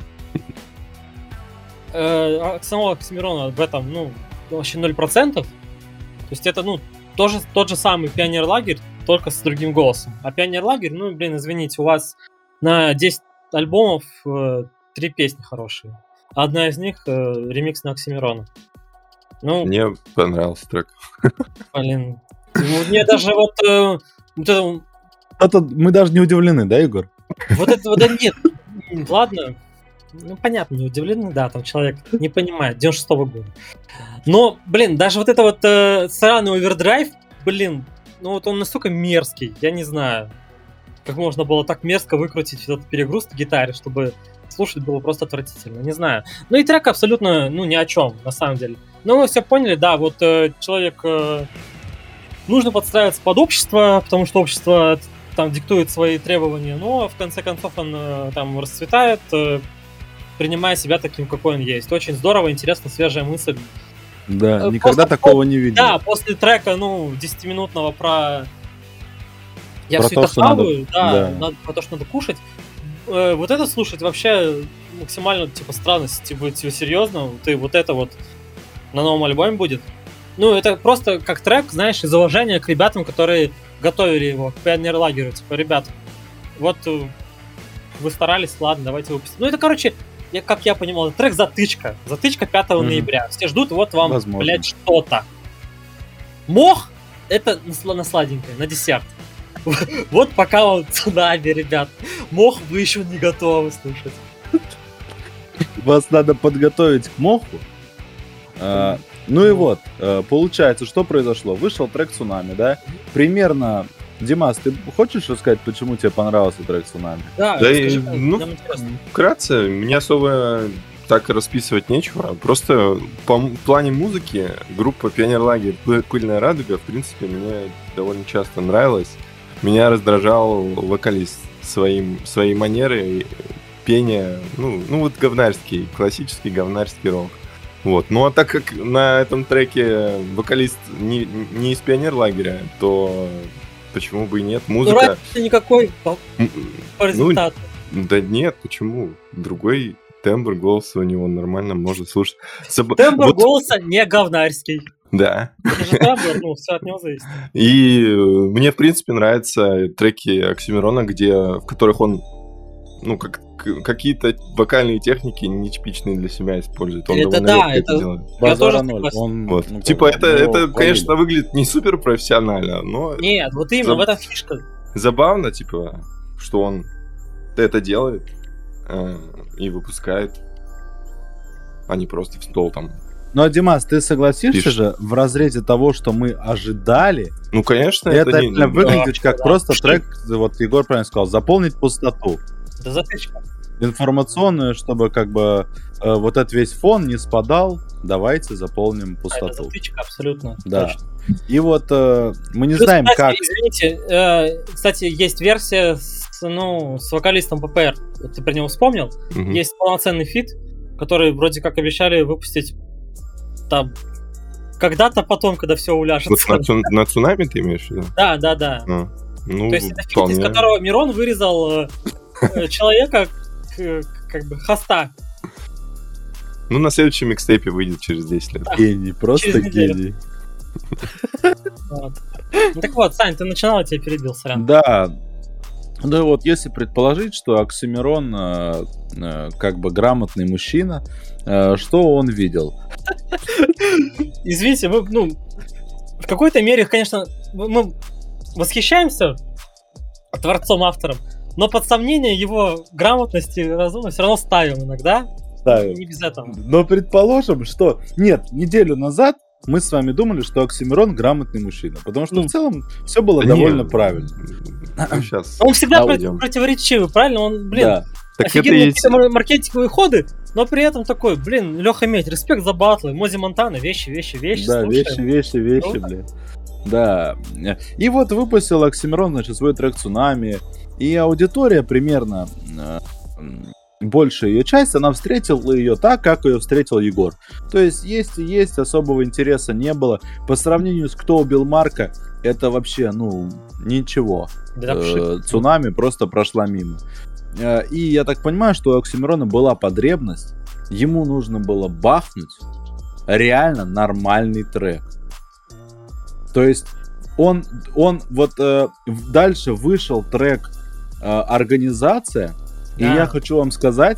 Э, а самого Оксимирона в этом, ну, вообще ноль процентов. То есть это, ну, тоже, тот же самый Пионерлагерь, только с другим голосом. А Пионерлагерь, ну, блин, извините, у вас на десять альбомов э, три песни хорошие. Одна из них э, ремикс на Оксимирона. Ну, Мне понравился трек. блин. Ну, мне даже вот, э, вот это Это мы даже не удивлены, да, Егор? Вот этого, да нет, ладно, ну понятно, не удивлены, да, там человек не понимает, девяносто шестого года. Но, блин, даже вот это вот э, сраный овердрайв, блин, ну вот он настолько мерзкий, я не знаю, как можно было так мерзко выкрутить этот перегруз на гитаре, чтобы слушать было просто отвратительно, не знаю. Ну и трек абсолютно, ну ни о чем, на самом деле. Ну вы все поняли, да, вот э, человек, э, нужно подстраиваться под общество, потому что общество там диктует свои требования, но в конце концов он э, там расцветает, э, принимая себя таким, какой он есть. Очень здорово, интересно, свежая мысль. Да, Э, никогда просто такого не видел. Да, после трека, ну, десятиминутного про я Про все то, это что надо- хаваю, да, да. надо- про то, что надо кушать. Э, вот это слушать вообще максимально, типа, странность. Типа, типа, серьезно, ты вот это вот на новом альбоме будет. Ну, это просто как трек, знаешь, из уважения к ребятам, которые готовили его, к пионерлагерю. Типа, ребят, вот э, вы старались, ладно, давайте выпустим. Ну, это, короче, я, как я понимал, это трек затычка. Затычка пятого Мгм. ноября. Все ждут, вот вам, Возможно. блядь, что-то. Мох — это на сла- на сладенькое, на десерт. Вот пока он цунами, ребят. Мох вы еще не готовы слушать. Вас надо подготовить к моху. А, ну и вот, э, получается, что произошло? Вышел трек «Цунами», да? Примерно... Димас, ты хочешь рассказать, почему тебе понравился трек «Цунами»? Да, Да и, расскажи, ну, нам интересно. Вкратце, мне особо так расписывать нечего. Просто по м- плане музыки группа Пионерлагерь «Пы- Пыльная радуга», в принципе, мне довольно часто нравилась. Меня раздражал вокалист своим, своей манерой пения, ну, ну вот говнарский, классический говнарский рок. Вот. Ну а так как на этом треке вокалист не, не из Пионерлагеря, то почему бы и нет? Ну, Музыка... разницы никакой по, м, по результату. Да нет, почему? Другой тембр голоса у него нормально можно слушать. Заб- Тембр вот- голоса не говнарский. Да. Это же тембр, ну, все от него зависит. И э, мне, в принципе, нравятся треки Оксимирона, где, в которых он ну, как, к- какие-то вокальные техники нетипичные для себя использует. Он Это довольно да, редко это- делает. Я Базара тоже ноль. согласен. Он, Вот. ну, Типа, как, это, его это хвалили. конечно, выглядит не супер профессионально, но Нет, вот именно Заб- в этом фишка. забавно, типа, что он это делает э, и выпускает, а не просто в стол там. Ну, а, Димас, ты согласишься Пишет. же в разрезе того, что мы ожидали, Ну, конечно, это, это, не... прям выглядит Да, как да. просто трек, вот Егор правильно сказал, заполнить пустоту Это затычка. информационную, чтобы как бы э, вот этот весь фон не спадал, давайте заполним А, это пустоту. затычка абсолютно. Да. точно. И вот э, мы не Плюс, знаем, кстати, как... Извините, э, кстати, есть версия с, ну, с вокалистом ППР. Вот ты про него вспомнил? Мгм. Есть полноценный фит, который вроде как обещали выпустить там когда-то потом, когда все Вот уляжется. на, цу- на цунами ты имеешь в виду? Да, да, да. А, ну, То есть это фит, из вполне. которого Мирон вырезал э, э, человека, к- как бы, хоста. Ну, на следующем микстейпе выйдет через десять лет. Гений, просто Через неделю. гений. Вот. Ну так вот, Сань, ты начинал, я тебя перебил, сорян. Да. Ну и вот если предположить, что Оксимирон э, э, как бы грамотный мужчина, э, что он видел? Извините, мы, ну, в какой-то мере, конечно, мы мы восхищаемся творцом-автором, но под сомнение его грамотности и разумности все равно ставим иногда. Не без этого. Но предположим, что... Нет, неделю назад мы с вами думали, что Оксимирон грамотный мужчина, потому что Ну. в целом все было Да довольно не, правильно. Ну, сейчас. Он всегда А, про- уйдем. противоречивый, правильно? Он, блин, Да. Так это офигенные есть... какие-то мар- маркетинговые ходы, но при этом такой, блин, Леха Медь, респект за батлы, Мози Монтана, вещи, вещи, вещи, Да, слушаем. вещи, вещи, вещи, Круто. блин. Да. И вот выпустил Оксимирон, значит, свой трек «Цунами», и аудитория примерно, э, м, большая ее часть, она встретила ее так, как ее встретил Егор. То есть есть и есть, особого интереса не было. По сравнению с «Кто убил Марка», это вообще, ну, ничего. Да, Э, Цунами просто прошла мимо. Э, И я так понимаю, что у Оксимирона была потребность, ему нужно было бахнуть реально нормальный трек. То есть он, он вот э, в- дальше вышел трек э, «Организация», и Да. я хочу вам сказать,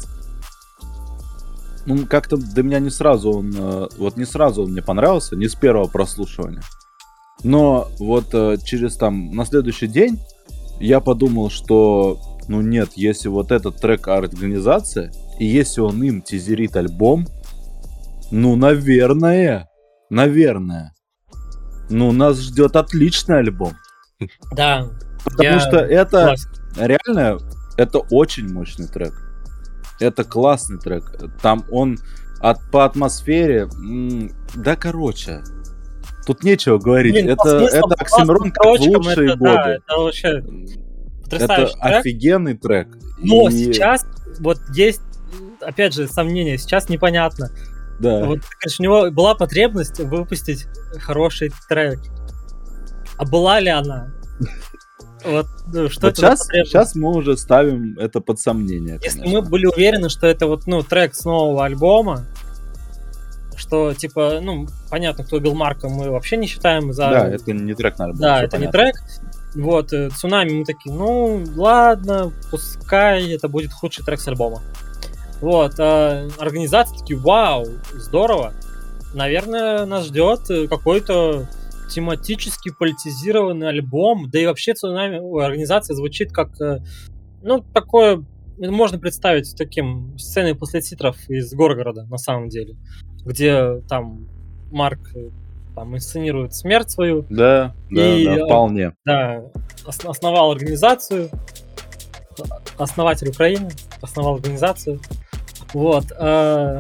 ну, как-то до меня не сразу он, э, вот не сразу он мне понравился, не с первого прослушивания. Но вот э, через там, на следующий день я подумал, что, ну нет, если вот этот трек «Организация», и если он им тизерит альбом, ну, наверное, наверное, ну, нас ждет отличный альбом. Да. Потому я что это согласен. реально, это очень мощный трек. Это классный трек. Там он от, по атмосфере, м, да, короче, тут нечего говорить. Блин, по это смыслам, это по Оксимирон как в строчкам лучшие это, да, годы. это вообще Это потрясающий трек. офигенный трек. Но И- сейчас вот есть, опять же, сомнения. Сейчас непонятно. да. Вот, конечно, у него была потребность выпустить хороший трек. А была ли она? Вот, ну, что Вот это за сейчас, потребность? сейчас мы уже ставим это под сомнение. Если конечно. мы были уверены, что это вот, ну, трек с нового альбома, что, типа, ну, понятно, кто убил Марка, мы вообще не считаем за... Да, это не трек на альбом. Да, всё это не понятно. трек. Вот, э, «Цунами» мы такие, ну, ладно, пускай это будет худший трек с альбома. Вот, а организации такие, вау, здорово. Наверное, нас ждет э, какой-то тематически политизированный альбом. Да и вообще «Цунами», ой, организация звучит как, э, ну, такое, это можно представить таким сценой после титров из «Горгорода», на самом деле. Где там Марк э, там инсценирует смерть свою, Да, да, И, да, э, вполне. да, ос- основал организацию, основатель Украины, основал организацию, вот, э,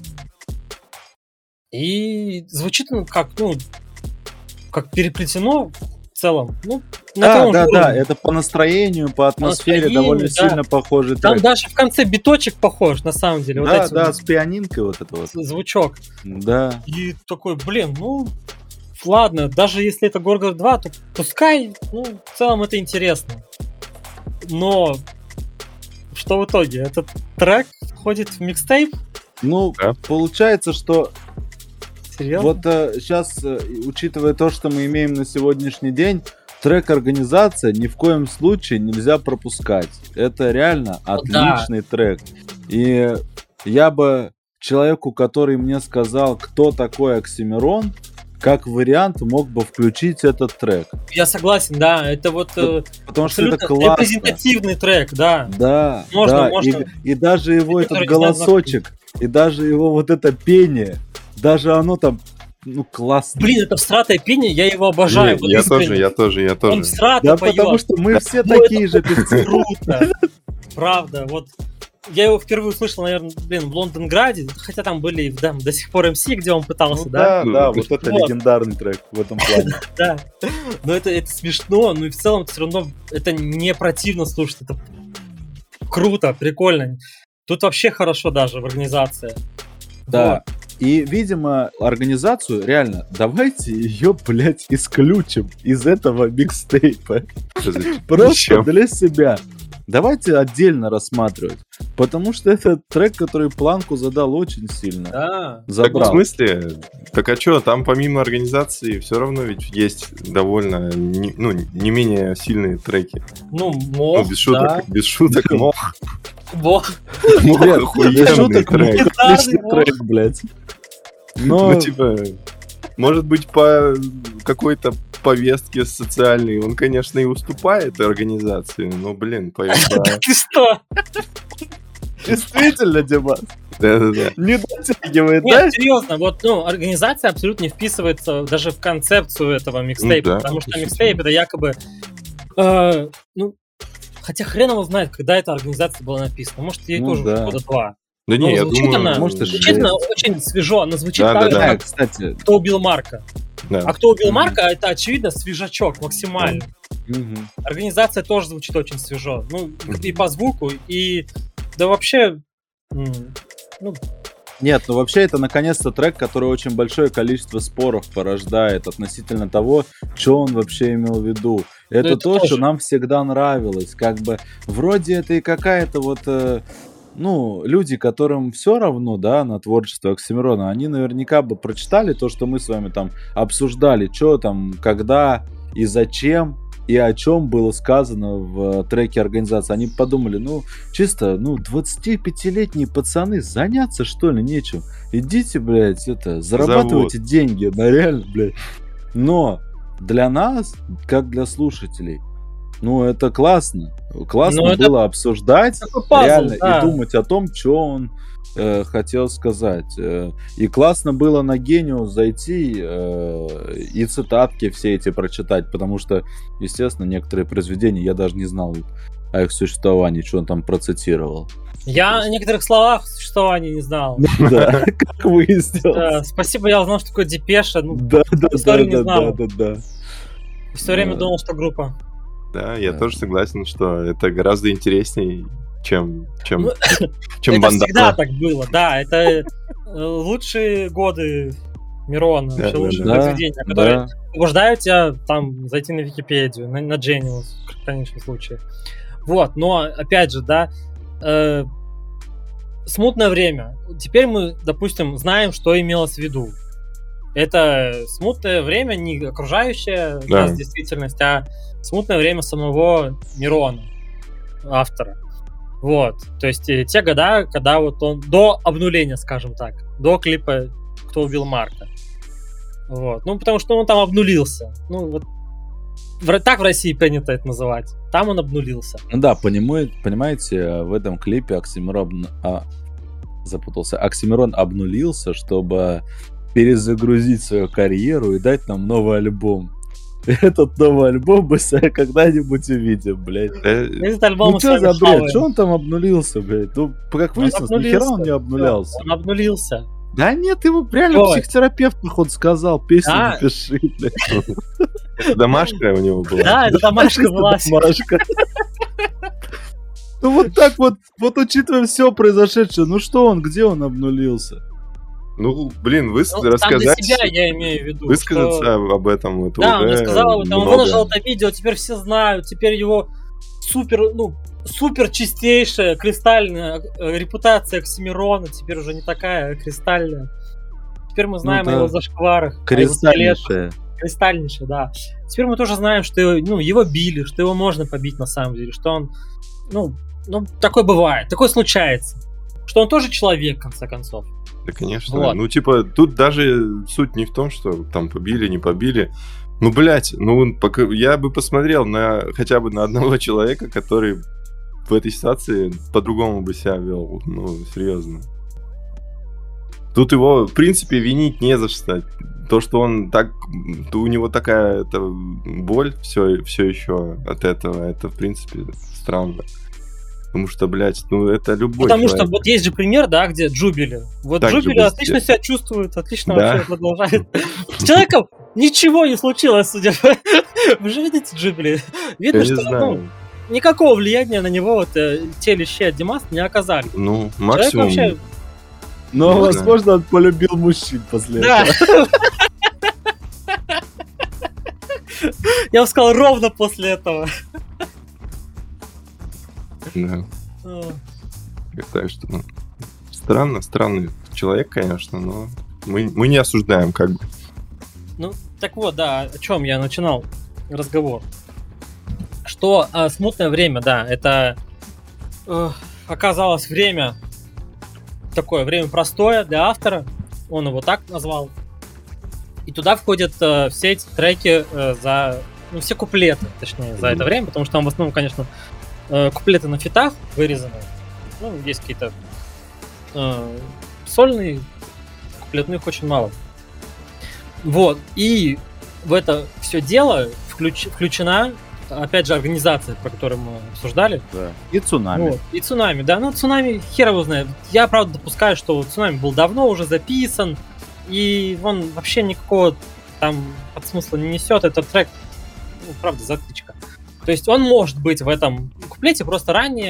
и звучит ну, как, ну, как переплетено в целом, ну, на Да, том да, же да, уровне. это по настроению, по атмосфере настроению, довольно да. сильно похожий Там трек. даже в конце биточек похож, на самом деле, вот Да, эти да, вот с пианинкой вот это вот. звучок, Да. и такой, блин, ну, ладно, даже если это Горгород два, то пускай, ну, в целом это интересно. Но что в итоге? Этот трек входит в микстейп? Ну, Да. получается, что Серьезно? вот сейчас, учитывая то, что мы имеем на сегодняшний день, трек «Организация» ни в коем случае нельзя пропускать. Это реально отличный трек. И я бы человеку, который мне сказал, кто такой Оксимирон, как вариант мог бы включить этот трек. Я согласен, да, это вот э, Потому что это абсолютно классно. репрезентативный трек, да. Да, Можно, да. можно. И, и даже его Те, этот которые не знают голосочек, и даже его вот это пение, даже оно там, ну, классно. Блин, это всратое пение, я его обожаю. Не, вот я искренне. тоже, я тоже, я Он тоже. всрато Да, поет. потому что мы все Ну, такие же певцы. Круто. Правда, вот я его впервые услышал, наверное, блин, в Лондонграде, хотя там были да, до сих пор эм си, где он пытался, Ну да? да, да, вот это Вот. легендарный трек в этом плане. Да. Но это, это смешно, но и в целом все равно это не противно слушать, это круто, прикольно. Тут вообще хорошо даже в организации. Да. И, видимо, организацию, реально, давайте ее, блядь, исключим из этого микстейпа. Просто Зачем? для себя. Давайте отдельно рассматривать. Потому что это трек, который планку задал очень сильно. Да. Так, в Забрал. смысле? Так а что, там помимо организации все равно ведь есть довольно, не, ну, не менее сильные треки. Ну, Ну, мог, без шуток, да. без шуток, мох. Бог. Мох Нет, без охуенный шуток, трек. мог отличный Мог. трек, блядь. Но, Ну, типа, может быть, по какой-то повестке социальной он, конечно, и уступает организации, но, блин, по Ты что? действительно, Димас, Да-да-да. не дотягивает, да? Нет, серьезно, вот, ну, организация абсолютно не вписывается даже в концепцию этого микстейпа, Ну да, потому что действительно. микстейп это якобы, э, ну, хотя хрен его знает, когда эта организация была написана, может, ей Ну тоже да. уже года два. Да Ну, не, я звучит думаю... она, может, и звучит шесть. она очень свежо, она звучит Да, так да, же, Да, как кстати. «Кто убил Марка». да. А «Кто убил Мгм. Марка» это, очевидно, свежачок максимально. Мгм. Организация тоже звучит очень свежо. Ну, и по звуку, и Да вообще, м, ну, Нет, ну вообще это наконец-то трек, который очень большое количество споров порождает относительно того, что он вообще имел в виду. Это, это то, тоже. что нам всегда нравилось. Как бы вроде это и какая-то вот, э, ну, люди, которым все равно, да, на творчество Оксимирона, они наверняка бы прочитали то, что мы с вами там обсуждали, что там, когда и зачем. И о чем было сказано в треке организации. Они подумали, ну, чисто, ну, двадцатипятилетние пацаны, заняться, что ли, нечем. Идите, блядь, это, зарабатывайте Завод. деньги, да, реально, блядь. Но для нас, как для слушателей, ну, это классно. Классно Ну, это было обсуждать, такой пазл, реально, да. и думать о том, что он э, хотел сказать. Э, И классно было на Гениус зайти э, и цитатки все эти прочитать, потому что, естественно, некоторые произведения я даже не знал о их существовании, что он там процитировал. Я о некоторых словах существования не знал. Да, как выяснилось. Да, спасибо, я узнал, что такое депеша. Ну, Да, да, да, историю не да, знал. да, да, да. все время Да. думал, что группа. Да, я Да. тоже согласен, что это гораздо интереснее, чем, чем, Ну, чем это бандана. всегда так было, да. Это э, лучшие годы Мирона, Да, вообще да, лучшие Да, произведения, которые да. побуждают тебя там зайти на Википедию, на, на Genius, в конечном случае. Вот, но опять же, да, э, смутное время. Теперь мы, допустим, знаем, что имелось в виду. Это смутное время, не окружающая Да. нас действительность, а смутное время самого Мирона, автора. Вот, то есть э, те года, когда вот он до обнуления, скажем так, до клипа «Кто убил Марка». Вот, ну потому что он там обнулился. Ну вот в- так в России принято это называть. Там он обнулился. Ну да, понимаю- понимаете, в этом клипе Оксимирон, а, запутался, Оксимирон обнулился, чтобы перезагрузить свою карьеру и дать нам новый альбом. Этот новый альбом мы с вами когда-нибудь увидим, блядь. Да, Этот альбом Ну мы с что вами за бред? хаваем. Что он там обнулился, блядь? Ну, как Он выяснилось, нихера он не обнулился. обнулялся. Он обнулился. Да нет, ему реально Ой. психотерапевт, походу, сказал, песню Да. напиши, блядь. это домашка у него была. Да, это домашка была. Домашка. Ну вот так вот, вот учитывая все произошедшее, ну что он, где он обнулился? Ну, блин, выс... Ну, сам для рассказать, себя я имею в виду. высказаться что- об этом, это Да, он уже рассказал об этом, он много. выложил это видео, теперь все знают, теперь его супер, ну, супер чистейшая, кристальная э, репутация Оксимирона теперь уже не такая кристальная. Теперь мы знаем Ну о да. его зашкварах, о его скелетах. Кристальнейшее. Кристальнейшая, да. Теперь мы тоже знаем, что его, ну, его били, что его можно побить на самом деле, что он, ну, ну, такое бывает, такое случается. Что он тоже человек, в конце концов. Да, конечно. Вот. Ну, типа, тут даже суть не в том, что там побили, не побили. Ну, блядь, ну, пока... я бы посмотрел на хотя бы на одного человека, который в этой ситуации по-другому бы себя вел. Ну, серьезно. Тут его, в принципе, винить не за что. То, что он так... то у него такая это, боль все, все еще от этого, это, в принципе, странно. Потому что, блядь, ну это любой Потому человек. что вот есть же пример, да, где Джубили. Вот Так, Джубили Джубили, отлично себя чувствует, отлично Да. вообще продолжает. С человеком ничего не случилось, судя по... Вы же видите Джубили? Видно, Я не что ну, знаю. никакого влияния на него вот, э, те лещи от Димаса не оказали. Ну, Человек максимум... вообще... Но, Ну, возможно, он полюбил мужчин после Да. этого. Я бы сказал, ровно после этого. Да. А, Так что, ну, странно, странный человек, конечно, но мы, мы не осуждаем, как бы. Ну, так вот, да, о чем я начинал разговор. Что а, смутное время, да, это э, оказалось время такое, время простое для автора, он его так назвал. И туда входят э, все эти треки э, за, ну, все куплеты, точнее, за Мгм. это время, потому что там в основном, конечно, э, куплеты на фитах вырезаны. Ну, есть какие-то э, сольные куплеты, но их очень мало. Вот, и в это все дело включ- включена, опять же, организация, про которую мы обсуждали. Да. И цунами. Вот, и цунами, да. Ну, цунами хер его знает. Я, правда, допускаю, что цунами был давно уже записан, и он вообще никакого там подсмысла не несет. Этот трек, ну, правда, затычка. То есть он может быть в этом куплете, просто ранее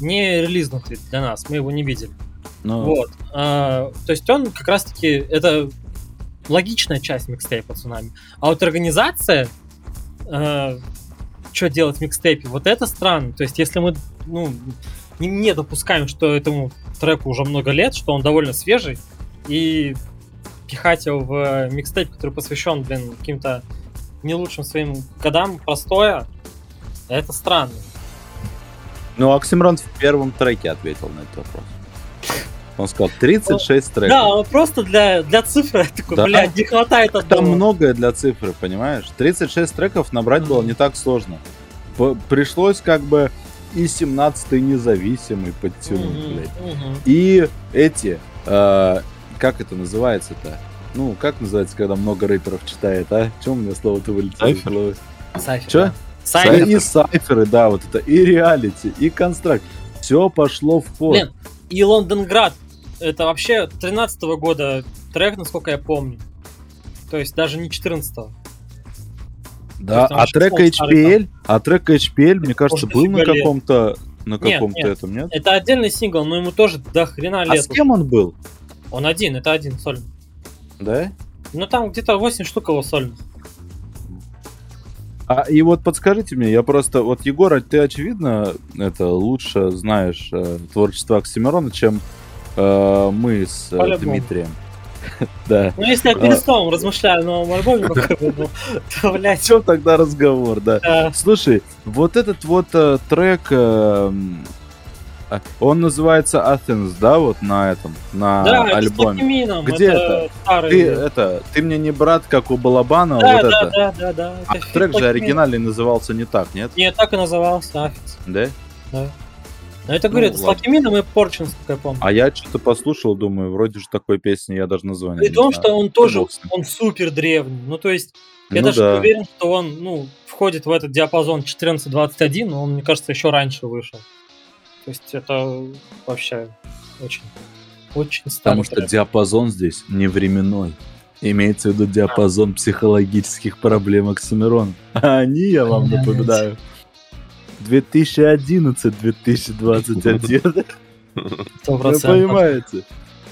не релизнутый для нас, мы его не видели. Ну, Вот. А, то есть он как раз-таки, это логичная часть микстейпа «Цунами». А вот организация, а, что делать в микстейпе, вот это странно. То есть если мы ну, не, не допускаем, что этому треку уже много лет, что он довольно свежий, и пихать его в микстейп, который посвящен, блин, каким-то не лучшим своим годам, простое, это странно. ну, Оксимирон в первом треке ответил на этот вопрос. Он сказал тридцать шесть треков. Да, он просто для, для цифры такой, Да. блядь, не хватает одного. Там многое для цифры, понимаешь? тридцать шесть треков набрать было не так сложно. П- Пришлось как бы и семнадцатый независимый подтянуть, Мгм, блядь. мгм. И эти, э, как это называется-то? Ну, как называется, когда много рэперов читает, а? Чем у меня слово-то вылетело из Сайфер? головы? Сайфер. Чё? да. Сайфер. И сайферы, да, вот это, и реалити, и констракт. Все пошло в ход. Блин, и Лондонград. Это вообще тринадцатого года трек, насколько я помню. То есть даже не четырнадцатого. Да, там а вообще трек слово эйч пи эл, а трек эйч пи эл, мне кажется, Может, был на дофига лет. каком-то, на Нет, каком-то нет. этом, нет? Это отдельный сингл, но ему тоже до хрена А лет. с кем он был? Он один, это один сольный. Да? Ну там где-то восемь штук его сольных. А и вот подскажите мне, я просто, вот, Егор, а ты, очевидно, это лучше знаешь э, творчество Оксимирона, чем э, мы с э, По-любому. Дмитрием. Да. Ну если я перед столом размышляю о новом альбоме, какой был, то, О блядь, чем тогда разговор, да? да. Слушай, вот этот вот э, трек, э, м, э, он называется Athens, да, вот на этом, на Да, это с альбоме. Лакимином, Где это? старый. Ты это, ты мне не брат, как у Балабанова, Да, вот да, это. да, да, да. А Это фит трек же Лакимин. оригинальный назывался не так, нет? Нет, так и назывался, Аффикс. Да? Да. Но это, говорю, Ну, это с ладно. Лакимином и Порчин, сколько я помню. А я что-то послушал, думаю, вроде же такой песни я даже название При не том, знаю. что он тоже, Бог с ним. он супер древний. Ну, то есть, я Ну даже да. не уверен, что он, ну, входит в этот диапазон четырнадцать двадцать один, но он, мне кажется, еще раньше вышел. То есть, это вообще очень, очень старый Потому что трек. диапазон здесь не временной. Имеется в виду диапазон психологических проблем Оксимирона. А они, я вам Блядь. напоминаю, две тысячи одиннадцать - две тысячи двадцать один. Сто Вы процентов. понимаете?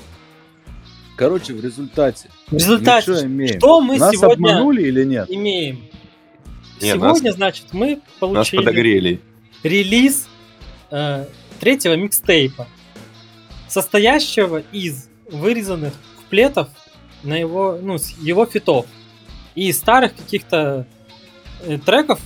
Короче, в результате. В результате, мы что имеем? что мы Нас сегодня обманули или нет? имеем? Не, Сегодня, нас- значит, мы Нас получили подогрели. релиз э, третьего микстейпа, состоящего из вырезанных куплетов на его, ну, с его фитов и старых каких-то э, треков,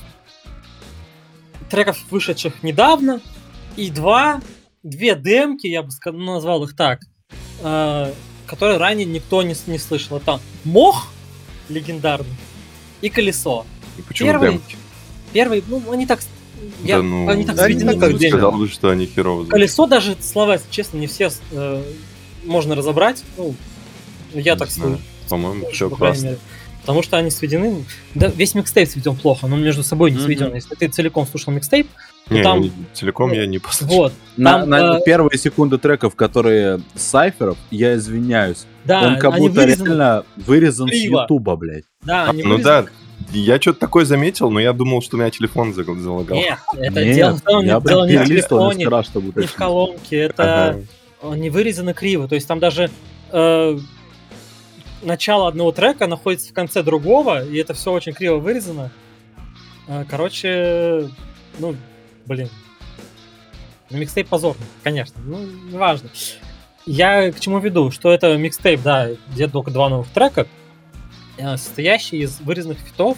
треков, вышедших недавно, и два, две демки, я бы ска- назвал их так, э, которые ранее никто не, с- не слышал. Это Мох легендарный и Колесо. И почему Первый- демки? Первый, ну, они так, я, Да ну, они так да не сведены так в время. сказал бы, что они херово звучат. Колесо даже слова, если честно, не все э, можно разобрать. Ну, я Не так знаю. слышу. По-моему, все по крайней классно. мере. Потому что они сведены. Да, весь микстейп сведен плохо, но он между собой не Мгм. сведен. Если ты целиком слушал микстейп, Не, там- я не- целиком я не послушал. вот. На, Там, на э, первые секунды треков, которые с сайферов, я извиняюсь. Да, он как они будто вырезаны. реально вырезан криво. с Ютуба, блядь. Да, А, они ну вырезаны. да, я что-то такое заметил, но я думал, что у меня телефон заг- залагал. Нет, это Нет, дело в том, я дело прям не в перелистывал телефоне, несколько раз, чтобы не в уточнить. колонке. Это Ага. они вырезаны криво. То есть там даже э, начало одного трека находится в конце другого, и это все очень криво вырезано. Э, Короче, ну, блин. Ну, микстейп позорный, конечно. Ну, неважно. Я к чему веду? Что это микстейп, да, где только два новых трека, э, состоящий из вырезанных фитов,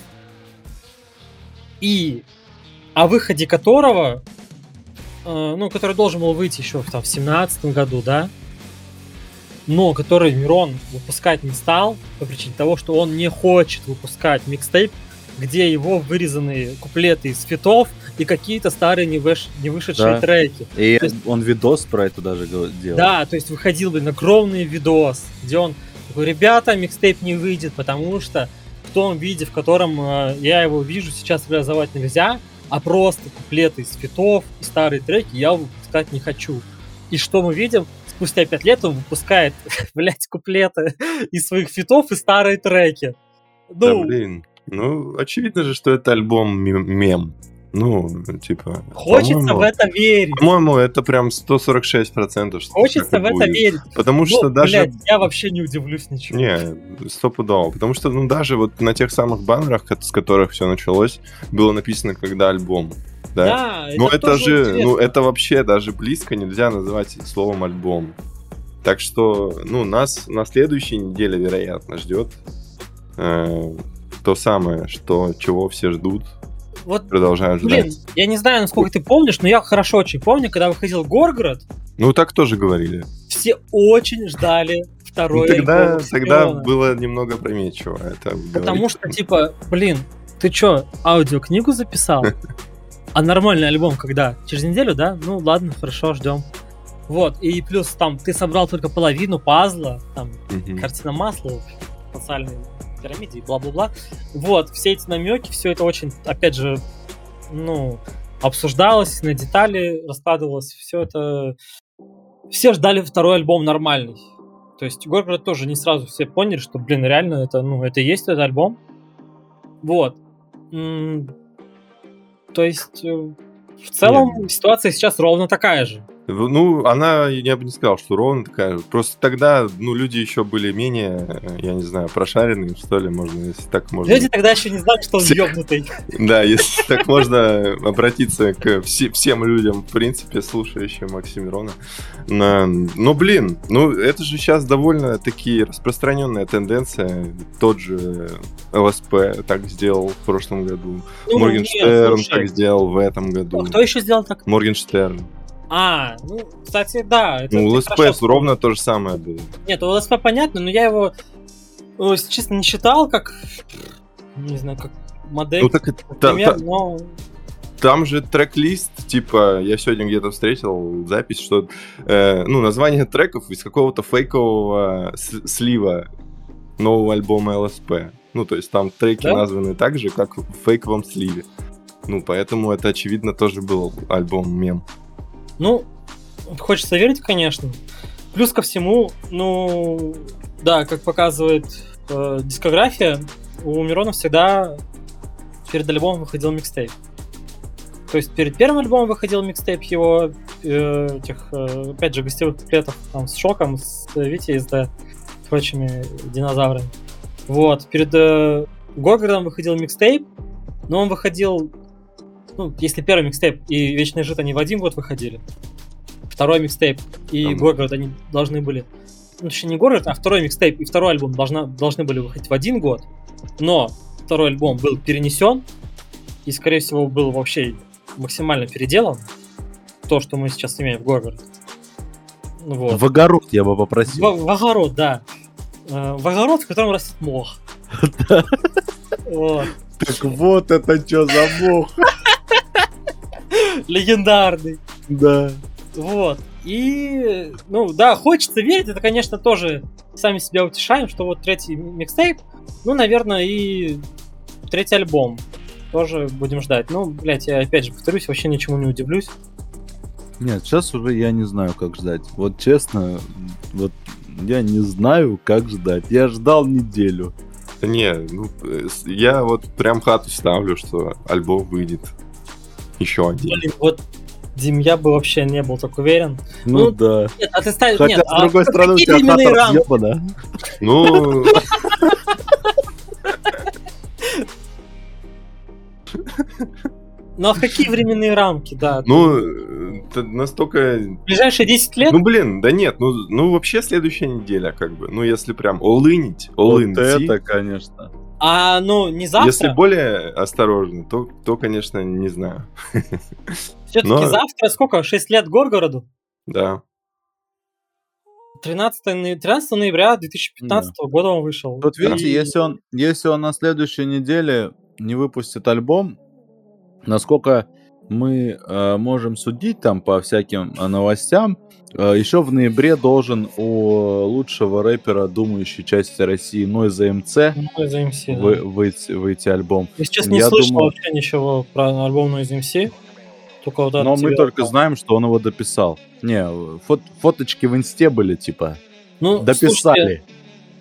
и о выходе которого, э, ну, который должен был выйти еще в, там, в семнадцатом году, да, но который Мирон выпускать не стал по причине того, что он не хочет выпускать микстейп, где его вырезанные куплеты из фитов и какие-то старые не, выш... не вышедшие Да. треки. И То есть- он видос про это даже гов- делал. Да, то есть выходил, блин, огромный видос, где он такой: ребята, микстейп не выйдет, потому что в том виде, в котором э, я его вижу, сейчас реализовать нельзя, а просто куплеты из фитов и старые треки я выпускать не хочу. И что мы видим? Спустя пять лет он выпускает, блядь, куплеты из своих фитов и старые треки. Да, Ну, блин. Ну, очевидно же, что это альбом мем- мем. Ну, типа... Хочется в по-моему, это верить. По-моему, это прям сто сорок шесть процентов, что Хочется так и в это будет. верить. Потому что Ну, даже... блядь, я вообще не удивлюсь ничего. Не, стопудово. Потому что, ну, даже вот на тех самых баннерах, ко- с которых все началось, было написано, когда альбом. Да? Да, Ну, это тоже же, интересно. ну, это вообще даже близко нельзя называть словом альбом. Так что, ну, нас на следующей неделе, вероятно, ждет э, то самое, что, чего все ждут, Вот, продолжают блин, ждать. я не знаю, насколько ты помнишь, но я хорошо очень помню, когда выходил Горгород, Ну, так тоже говорили. все очень ждали второй Ну, тогда, альбом тогда Оксимирона. было немного опрометчиво это Потому говорить. что, типа, блин, ты чё, аудиокнигу записал? А нормальный альбом когда? Через неделю, да? Ну ладно, хорошо, ждем. Вот, и плюс там ты собрал только половину пазла, там, Мгм. картина масла, социальной пирамиде и бла-бла-бла. Вот, все эти намеки, все это очень, опять же, ну, обсуждалось, на детали раскладывалось, все это... Все ждали второй альбом нормальный. То есть Горгород тоже не сразу все поняли, что, блин, реально это, ну, это и есть этот альбом. Вот. М, То есть, э, в целом, ситуация сейчас ровно такая же. В- Ну, она, я бы не сказал, что ровно такая. Просто тогда, ну, люди еще были менее, э, я не знаю, прошаренные, что ли, можно, если так можно. Люди тогда еще не знали, что он Все- ёбнутый. Да, если так можно обратиться к все- всем людям, в принципе, слушающим Оксимирона. На- Но, блин, ну, это же сейчас довольно таки распространенная тенденция. Тот же ЛСП так сделал в прошлом году. Ну, Моргенштерн нет, так слушай, сделал в этом году. а кто еще сделал так? Моргенштерн. А, ну, кстати, да. Это Ну, ты ЛСП хорошо вспомнил. ровно то же самое было. Нет, у ЛСП понятно, но я его, ну, если честно, не считал как, не знаю, как модель, Ну, так и та- например, та- но... там же трек-лист, типа, я сегодня где-то встретил запись, что, э, ну, название треков из какого-то фейкового с- слива нового альбома ЛСП. Ну, то есть там треки Да? названы так же, как в фейковом сливе. Ну, поэтому это, очевидно, тоже был альбом-мем. Ну, хочется верить, конечно. Плюс ко всему, ну, да, как показывает э, дискография, у Мирона всегда перед альбомом выходил микстейп. То есть перед первым альбомом выходил микстейп его, э, этих, э, опять же, гостевых куплетов там, с Шоком, с Витей, с да, прочими динозаврами. Вот, перед э, Горгородом выходил микстейп, но он выходил, ну, если первый микстейп и Вечный Жид, они в один год выходили, второй микстейп и Там- Горгород, они должны были, ну, точнее, не Горгород, а второй микстейп и второй альбом должна, должны были выходить в один год, но второй альбом был перенесен и, скорее всего, был вообще максимально переделан, то, что мы сейчас имеем в Горгороде. Ну, вот. В огород я бы попросил. В, в огород, да. Э, В огород, в котором растет мох. Вот. Так вот это что за мох. Легендарный. Да. Вот. И, ну, да, хочется верить, это, конечно, тоже сами себя утешаем, что вот третий микстейп, ну, наверное, и третий альбом тоже будем ждать. Ну, блядь, я опять же повторюсь, вообще ничему не удивлюсь. Нет, сейчас уже я не знаю, как ждать. Вот честно, вот я не знаю, как ждать. Я ждал неделю. Да не, ну, э, с- я вот прям хату ставлю, что альбом выйдет еще один. Блин, вот, Дим, я бы вообще не был так уверен. Ну, Ну, да. Нет, а ты ставишь... Хотя, Нет, с другой а стороны, у какие тебя временные хата рамки? разъебана. Ну, Ну, а в какие временные рамки, да? ну, э, т- настолько... В ближайшие десять лет? Ну, блин, да нет, ну, ну вообще следующая неделя, как бы. Ну, если прям all-inить, all-in Вот идти. это, конечно. А, ну, не завтра? Если более осторожно, то, то, конечно, не знаю. Все-таки но- завтра сколько? шесть лет Горгороду? Да. тринадцатого ноя- тринадцатого ноября две тысячи пятнадцатого года он вышел. Вот видите, И- если он, если он на следующей неделе не выпустит альбом, насколько мы э, можем судить там по всяким э, новостям, э, еще в ноябре должен у лучшего рэпера думающей части России Noise эм си Ну, из эм си, да. вы- выйти, выйти альбом. Если честно, не я слышал думаю- вообще ничего про альбом Noise эм си. Только вот Но от мы тебя только узнал. знаем, что он его дописал. Не, фот- фоточки в инсте были, типа, Ну, дописали. слушайте,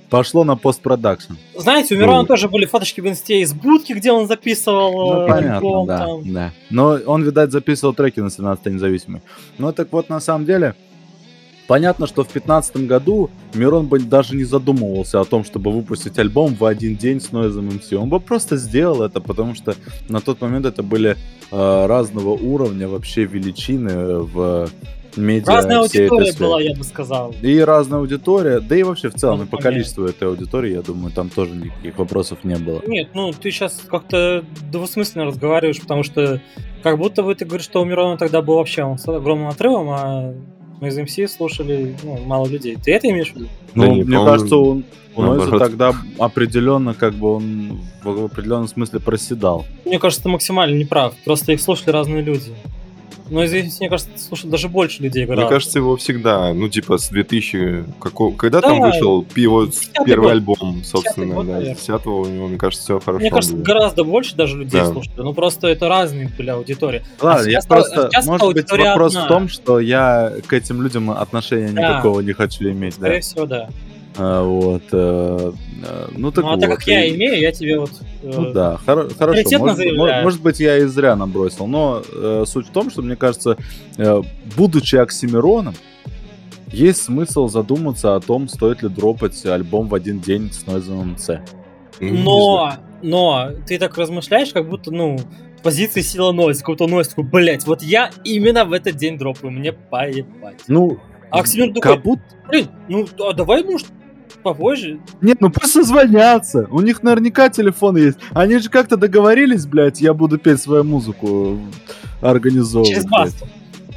Пошло на постпродакшн. Знаете, у Мирона ну, тоже были фоточки в инсте из будки, где он записывал ну, понятно, альбом. Да, там. да. Но он, видать, записывал треки на семнадцатой независимой. Ну, так вот, на самом деле, понятно, что в пятнадцатом году Мирон бы даже не задумывался о том, чтобы выпустить альбом в один день с Noise эм си. Он бы просто сделал это, потому что на тот момент это были э, разного уровня вообще величины в медиа. Разная аудитория была, я бы сказал. И разная аудитория, да и вообще в целом, ну, и по количеству этой аудитории, я думаю, там тоже никаких вопросов не было. Нет, ну ты сейчас как-то двусмысленно разговариваешь, потому что как будто бы ты говоришь, что у Мирона тогда был вообще с огромным отрывом, а Noise эм си слушали ну, мало людей. Ты это имеешь в виду? Ну, да мне кажется, он, у Noise тогда определенно, как бы он в определенном смысле проседал. Мне кажется, ты максимально не прав. Просто их слушали разные люди. Но здесь, мне кажется, слушают даже больше людей гораздо. Мне кажется, его всегда, ну, типа, с двухтысячного... Какого, когда да, там вышел его первый год. альбом, собственно, год, да, с десятого у него, мне кажется, все хорошо Мне кажется, было. Гораздо больше даже людей да. слушали. Ну, просто это разные были аудитории. Ладно, а я просто... А может быть, вопрос одна. в том, что я к этим людям отношения да. никакого не хочу иметь, Скорее да? всего, да. А, вот, э, ну, так ну, а вот. так как я имею, я тебе вот... Э, ну да, хор- хорошо. Может, может быть, я и зря набросил, но э, суть в том, что, мне кажется, э, будучи Оксимироном, есть смысл задуматься о том, стоит ли дропать альбом в один день с Noise эм си. Но, но, ты так размышляешь, как будто, ну, позиции сила Noise, какой-то Noise такой, блять, вот я именно в этот день дропаю, мне поебать. Ну, а Оксимирон такой, будто... блин, ну, а давай, может, попозже. Нет, ну просто звонятся. У них наверняка телефон есть. Они же как-то договорились, блядь, я буду петь свою музыку, организовывать. Через Басту.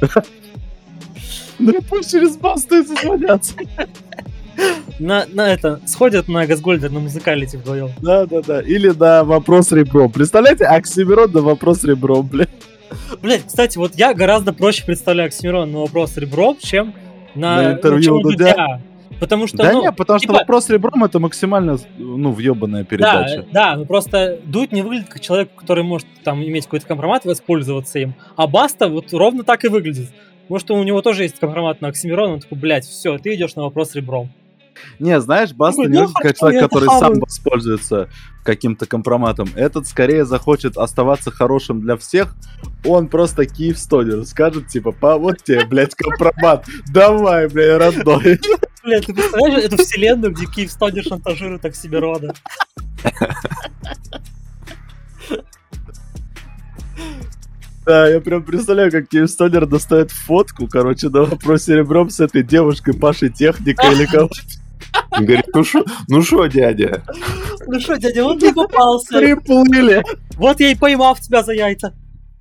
Ну пусть через Басту и созвонятся. На, на это, сходят на Газгольдер, на музыкалити вдвоем. Да-да-да. Или на вопрос ребром. Представляете, Оксимирон на вопрос ребром, блядь. Блядь, кстати, вот я гораздо проще представляю Оксимирон на вопрос ребром, чем на, на интервью ну, Дудя. Дудя. Потому что, да ну, нет, потому типа... что вопрос ребром это максимально, ну, въебанная передача. Да, да, ну просто Дудь не выглядит как человек, который может там иметь какой-то компромат и воспользоваться им. А Баста вот ровно так и выглядит. Может, у него тоже есть компромат на Оксимирона, он такой, блядь, все, ты идешь на вопрос ребром. Не, знаешь, Баста не выглядит как человек, который сам воспользуется каким-то компроматом. Этот скорее захочет оставаться хорошим для всех. Он просто Киевстонер скажет, типа, по вот тебе, блядь, компромат. Давай, блядь, родной. Блядь, ты представляешь эту вселенную, где Киевстонер шантажирует Оксимирона? Да, я прям представляю, как Киевстонер достает фотку, короче, на вопросе ребром с этой девушкой Пашей Техника или кого-то. Говорит, ну шо, ну шо, дядя? Ну шо, дядя, вот ты попался. Приплыли. Вот я и поймал тебя за яйца.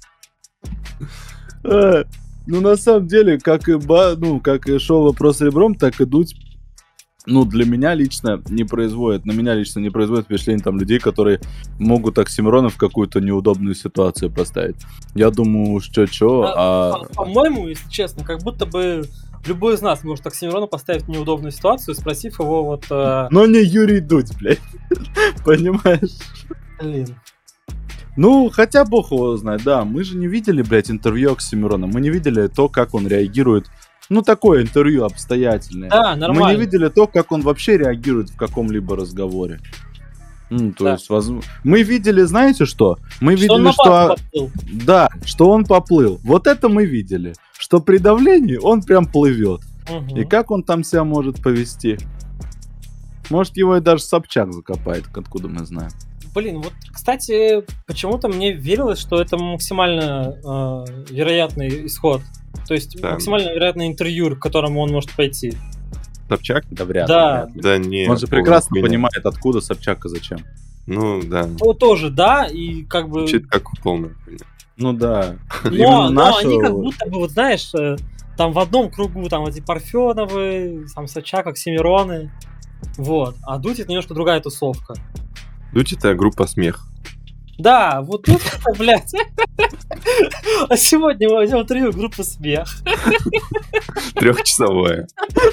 А, ну, на самом деле, как и, ба, ну, как и шоу «Вопрос ребром», так и Дудь, ну, для меня лично не производит, на меня лично не производит впечатление там людей, которые могут Оксимирона в какую-то неудобную ситуацию поставить. Я думаю, что-что, а... а... По-моему, если честно, как будто бы любой из нас может Оксимирона поставить в неудобную ситуацию, спросив его вот... Э... Но не Юрий Дудь, блядь. Понимаешь? Блин. Ну, хотя бог его знает, да. Мы же не видели, блядь, интервью Оксимирона. Мы не видели то, как он реагирует. Ну, такое интервью обстоятельное. Да, нормально. Мы не видели то, как он вообще реагирует в каком-либо разговоре. Ну, то да. есть, воз... мы видели, знаете что? Мы что видели, он что... Да, что он поплыл. Вот это мы видели. Что при давлении он прям плывет. Угу. И как он там себя может повести? Может, его и даже Собчак закопает, откуда мы знаем. Блин, вот, кстати, почему-то мне верилось, что это максимально э, вероятный исход. То есть да. максимально вероятное интервью, к которому он может пойти. Собчак? Да вряд ли. Да. Да нет. Он же прекрасно меня. понимает, откуда Собчак и зачем. Ну, да. Ну, тоже, да, и как бы... Звучит как полная хуйня. Ну, да. Но, но нашего... они как будто бы, вот знаешь, там в одном кругу там эти Парфеновы, там Собчак, Оксимироны, вот. А Дудь — это немножко другая тусовка. Дудь — это группа «Смех». Да, вот тут, блядь. А сегодня мы возьмем интервью группы «Смех». Трехчасовое.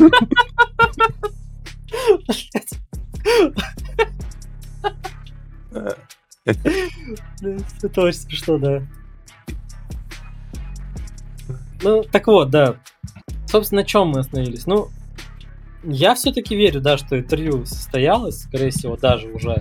Это очень смешно, да. Ну, так вот, да. Собственно, на чем мы остановились? Ну, Я все-таки верю, да, что интервью состоялось, скорее всего, даже уже.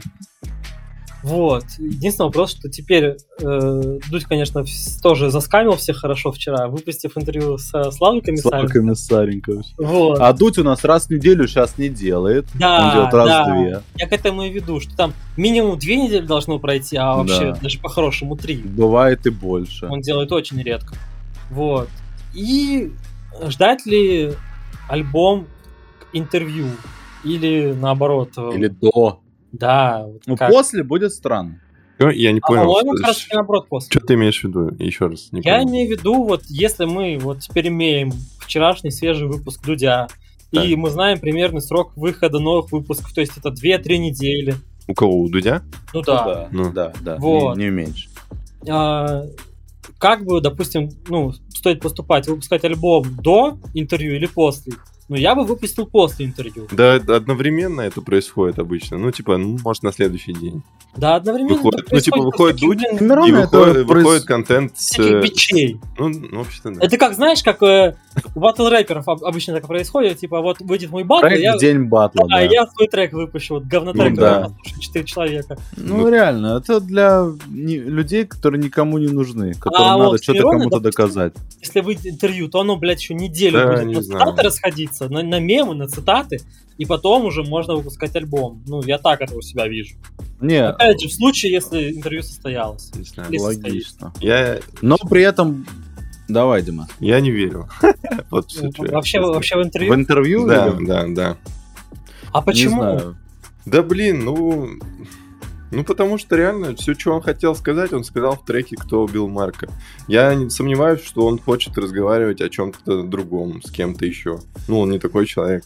Вот. Единственный вопрос, что теперь э, Дудь, конечно, вс- тоже заскамил всех хорошо вчера, выпустив интервью со Славой Слава Комиссаренко. Комиссаренко. Вот. А Дудь у нас раз в неделю сейчас не делает. Да, Он делает раз да. в две. Я к этому и веду, что там минимум две недели должно пройти, а вообще Да. даже по-хорошему три. Бывает и больше. Он делает очень редко. Вот. И ждать ли альбом интервью? Или наоборот? э, Или до. Да. Вот Ну, как? после будет странно. Чё? Я не А понял, по-моему, что, как раз таки наоборот после. что ты имеешь в виду? Еще раз, не Я понял. имею в виду, вот если мы вот теперь имеем вчерашний свежий выпуск Дудя, и Так. мы знаем примерный срок выхода новых выпусков, то есть это две-три недели. У кого? У Дудя? Ну да. Да, Ну. да, да. Вот. Не, не меньше. А, как бы, допустим, ну, стоит поступать, выпускать альбом до интервью или после? Ну, я бы выпустил после интервью. Да, это одновременно это происходит обычно. Ну, типа, ну, может, на следующий день. Да, одновременно Выходит- это ну, типа, происходит выходит после Дудь, таких, блин, Камерон И это выходит, проис- выходит контент с... всяких э, бичей. Ну, ну, вообще-то, да. Это как, знаешь, как э, у батл рэперов об- обычно так происходит, типа, вот выйдет мой батл, Трек я, в день батла, а да. я свой трек выпущу, вот говнотрек, Ну, да. послушают четыре человека. Ну, Ну, реально, это для не- людей, которые никому не нужны, которым А надо вот что-то Мирона, кому-то допустим, доказать. Если выйдет интервью, то оно, блядь, еще неделю Да, будет не на знаю. цитаты расходиться, на, на мемы, на цитаты, и потом уже можно выпускать альбом. Ну, я так это у себя вижу. Не, Опять же, в случае, если интервью состоялось. Не знаю. Или логично. Я, Но при этом... Давай, Дима. я не верю. Вот Ну, в чё я вообще, хотел вообще в интервью? В интервью? сказать. или- Да, да, да. А почему? Не знаю. Да блин, ну... Ну, потому что реально все, что он хотел сказать, он сказал в треке «Кто убил Марка». Я не сомневаюсь, что он хочет разговаривать о чем-то другом, с кем-то еще. Ну, он не такой человек.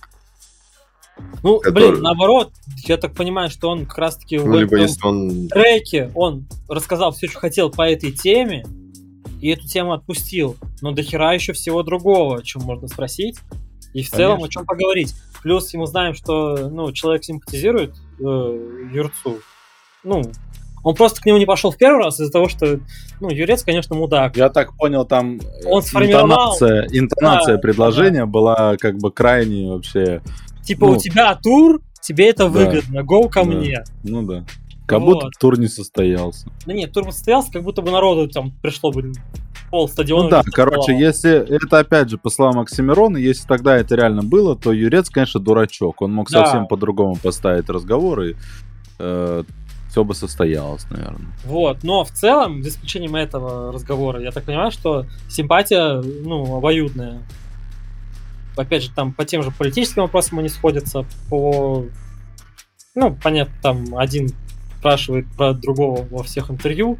Ну, который- блин, наоборот, я так понимаю, что он как раз-таки Ну, в либо этом если он... треке он рассказал все, что хотел по этой теме, и эту тему отпустил. Но дохера еще всего другого, о чем можно спросить, и в целом о Конечно. чем поговорить. Плюс мы знаем, что ну, человек симпатизирует э, Юрцу. Ну, он просто к нему не пошел в первый раз из-за того, что, ну, Юрец, конечно, мудак. Я так понял, там э, Он сформировал- интонация, интонация Да, предложения была как бы крайне вообще... Типа, ну, у тебя тур, тебе это да. выгодно, гоу ко Да. мне. Ну да. Как Вот. будто тур не состоялся. Да нет, тур бы состоялся, как будто бы народу там пришло бы пол стадиона. Ну да, вместе короче, было. если это опять же по словам Оксимирона, если тогда это реально было, то Юрец, конечно, дурачок. Он мог Да. совсем по-другому поставить разговор, и э, все бы состоялось, наверное. Вот, но в целом, за исключением этого разговора, я так понимаю, что симпатия, ну, обоюдная. Опять же, там по тем же политическим вопросам они сходятся, по... Ну, понятно, там один спрашивает про другого во всех интервью.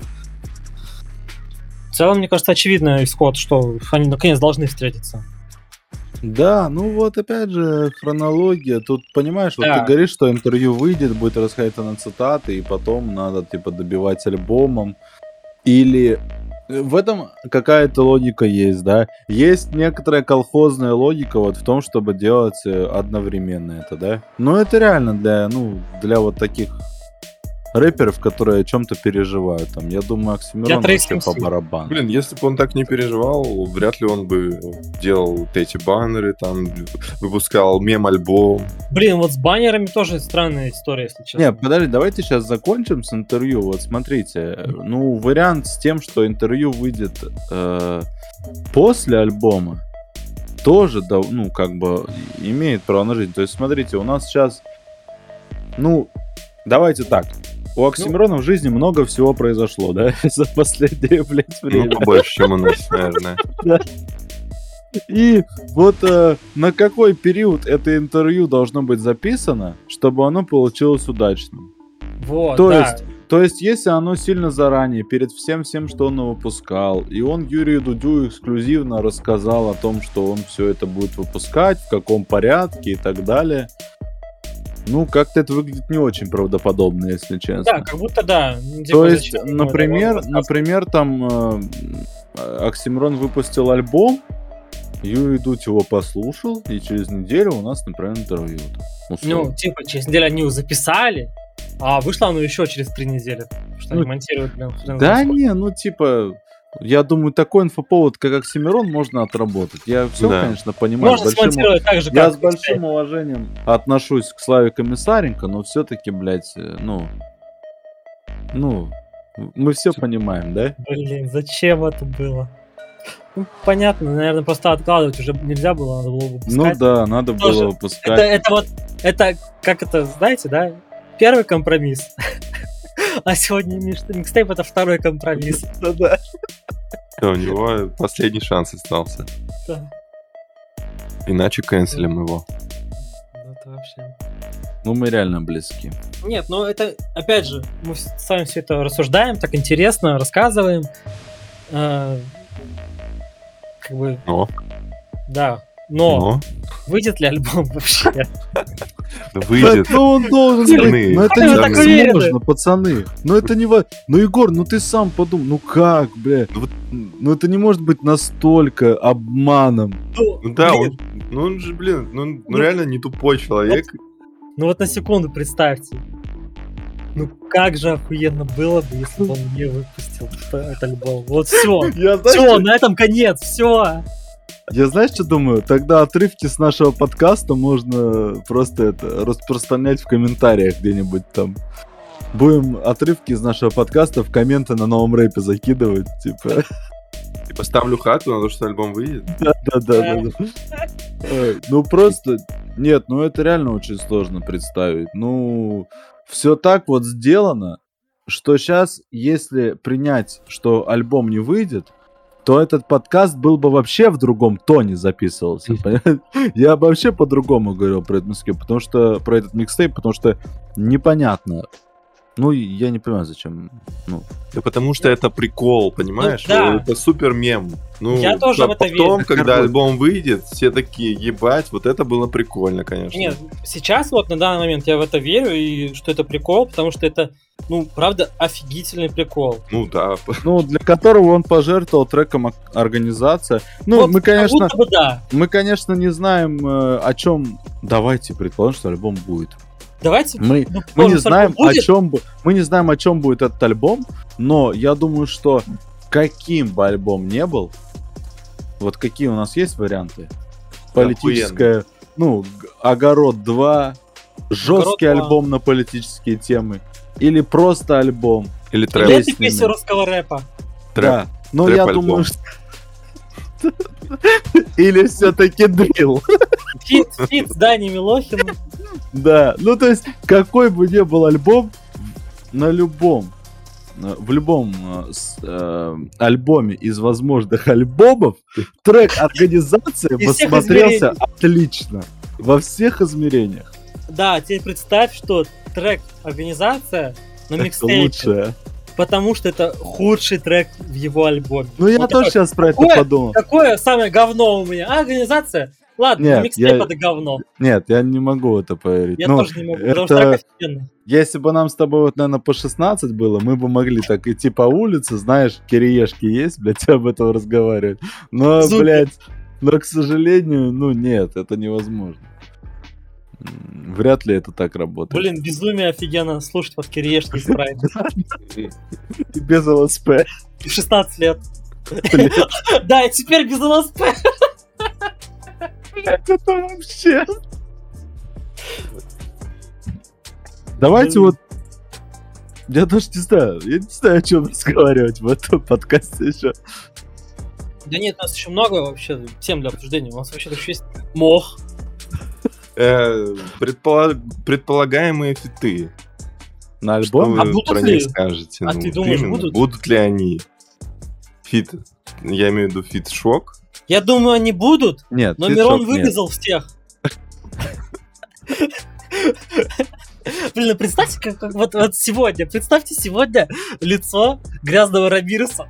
В целом, мне кажется, очевидный исход, что они наконец должны встретиться. Да, ну вот опять же хронология. Тут, понимаешь, вот Да. ты говоришь, что интервью выйдет, будет расходиться на цитаты, и потом надо типа добивать альбомом. Или в этом какая-то логика есть, да? Есть некоторая колхозная логика вот в том, чтобы делать э, одновременно это, да? Но это реально для, ну, для вот таких рэперов, которые о чем-то переживают. Там, я думаю, Оксимирон Для вообще Trace по эм си. барабану. Блин, если бы он так не переживал, вряд ли он бы делал вот эти баннеры, там, выпускал мем-альбом. Блин, вот с баннерами тоже странная история, если честно. Не, подожди, давайте сейчас закончим с интервью. Вот смотрите, ну, вариант с тем, что интервью выйдет э, после альбома, тоже, да, ну, как бы, имеет право на жизнь. То есть, смотрите, у нас сейчас, ну, давайте так. У Оксимирона в жизни много всего произошло, да, за последнее, блядь, Ну, время. побольше, чем у нас, наверное. И вот э, на какой период это интервью должно быть записано, чтобы оно получилось удачным? Вот, То да. есть, то есть, если оно сильно заранее, перед всем всем, что он выпускал, и он Юрию Дудю эксклюзивно рассказал о том, что он все это будет выпускать, в каком порядке и так далее, ну, как-то это выглядит не очень правдоподобно, если честно. Да, как будто да. Ну, типа, То есть, зачем ему это например, рассказывать? например, там э, Оксимирон выпустил альбом, Юрий Дудь его послушал, и через неделю у нас, например, интервью. там, условно. Ну, типа, через неделю они его записали, а вышло оно еще через три недели. Что Ну, они монтируют, блин, хрен Да знает сколько. не, ну типа, Я думаю, такой инфоповод, как Оксимирон, можно отработать. Я все, Да. конечно, понимаю. Можно большим- смонтировать так же, Я как с большим уважением отношусь к Славе Комиссаренко, но все-таки, блядь, э, ну... Ну, мы все понимаем, да? Блин, зачем это было? Ну, понятно, наверное, просто откладывать уже нельзя было, надо было выпускать. Ну да, надо Тоже. было Это, выпускать. это вот, это, как это, знаете, да? Первый компромисс. А сегодня микс- микстейп — это второй компромисс. Да-да. Всё, у него последний шанс остался. Да. Иначе канцелим его. Ну, это вообще... Ну, мы реально близки. Нет, ну это, опять же, мы с с вами все это рассуждаем, так интересно, рассказываем. Э, Как бы, Но, да. Но но выйдет ли альбом вообще? выйдет. Ну, он должен Пацаны, быть. Ну, это Как вы так уверены? невозможно, пацаны. Ну, это не... во- Ну, Егор, ну ты сам подумай. Ну, как, бля? Ну, вот- Ну, это не может быть настолько обманом. Ну, Ну да, блин, он, ну он же, блин, ну, ну Ну, реально не тупой человек. ну вот на секунду представьте. Ну как же охуенно было бы, если бы он не выпустил этот альбом. Вот все. Я, Все, на этом конец, все. Я знаешь, что думаю? Тогда отрывки с нашего подкаста можно просто это распространять в комментариях где-нибудь там. Будем отрывки из нашего подкаста в комменты на новом рэпе закидывать, типа. Типа ставлю хату на то, что альбом выйдет. Да-да-да. Ну просто... Нет, ну это реально очень сложно представить. Ну, все так вот сделано, что сейчас, если принять, что альбом не выйдет, то этот подкаст был бы вообще в другом тоне записывался. Понимаете? Я бы вообще по-другому говорил про этот микстейп, потому что про этот микстейп, потому что непонятно. Ну, я не понимаю, зачем. Ну, Да потому что это прикол, понимаешь? Ну, да. Это супер мем. Ну, Я тоже а в это потом, верю. когда Короче. альбом выйдет, все такие, ебать, вот это было прикольно, конечно. Нет, сейчас вот на данный момент я в это верю, и что это прикол, потому что это, ну, правда, офигительный прикол. Ну да, ну, для которого он пожертвовал треком ор- организация. Ну, Вот мы, как конечно, будто бы да. мы, конечно, не знаем, э, о чем. Давайте предположим, что альбом будет. Давайте, Мы, ну, мы не предположим, знаем, альбом о будет. чем бы, мы не знаем, о чем будет этот альбом, но я думаю, что каким бы альбом не был, вот какие у нас есть варианты? Политическая, ну, г- Огород два, жесткий два. альбом на политические темы, или просто альбом. или Или трэп. это песнями. песня русского рэпа. Трэп. Да. Но я Трэп-альбом. думаю, что... Или все-таки дрил. Фит, фит с Даней Милохиным. Да, ну то есть, какой бы ни был альбом, на любом, э, в любом э, с- э, альбоме из возможных альбомов, трек организации Из всех посмотрелся отлично. Во всех измерениях. Да, теперь представь, что трек «Организация» на Это микстейпе, лучшее. потому что это худший трек в его альбоме. Ну я Вот тоже такой, сейчас про это Какое? подумал. Какое самое говно у меня? А, «Организация»? Ладно, Нет, на микстейп я- это говно. Нет, я не могу в это поверить. Я Ну, тоже не могу, потому что это- трек офигенный. Если бы нам с тобой, вот, наверное, по шестнадцать было, мы бы могли так идти по улице, знаешь, кириешки есть, блядь, об этом разговаривать. Но, Зубы. блядь, но, к сожалению, ну нет, это невозможно. М, Вряд ли это так работает. Блин, безумие офигенно слушать под кириешки из Прайм. И без ЛСП. И в шестнадцать лет. Блядь, Да, и теперь без ЛСП. это вообще... Давайте Блин. вот... Я даже не знаю, я не знаю, о чем разговаривать в этом подкасте еще. Да нет, у нас еще много вообще тем для обсуждения. У нас вообще еще есть мох. Э, предпола- Предполагаемые фиты. На Что альбом? вы А будут про ли? них скажете? А Ну, ты думаешь, именно, будут? Будут ли они? Фит, я имею в виду фит-шок. Я думаю, они будут, Нет, но фит-шок Мирон нет. вырезал всех. Блин, ну представьте, как, как вот, вот сегодня, представьте сегодня лицо грязного Рамиреса,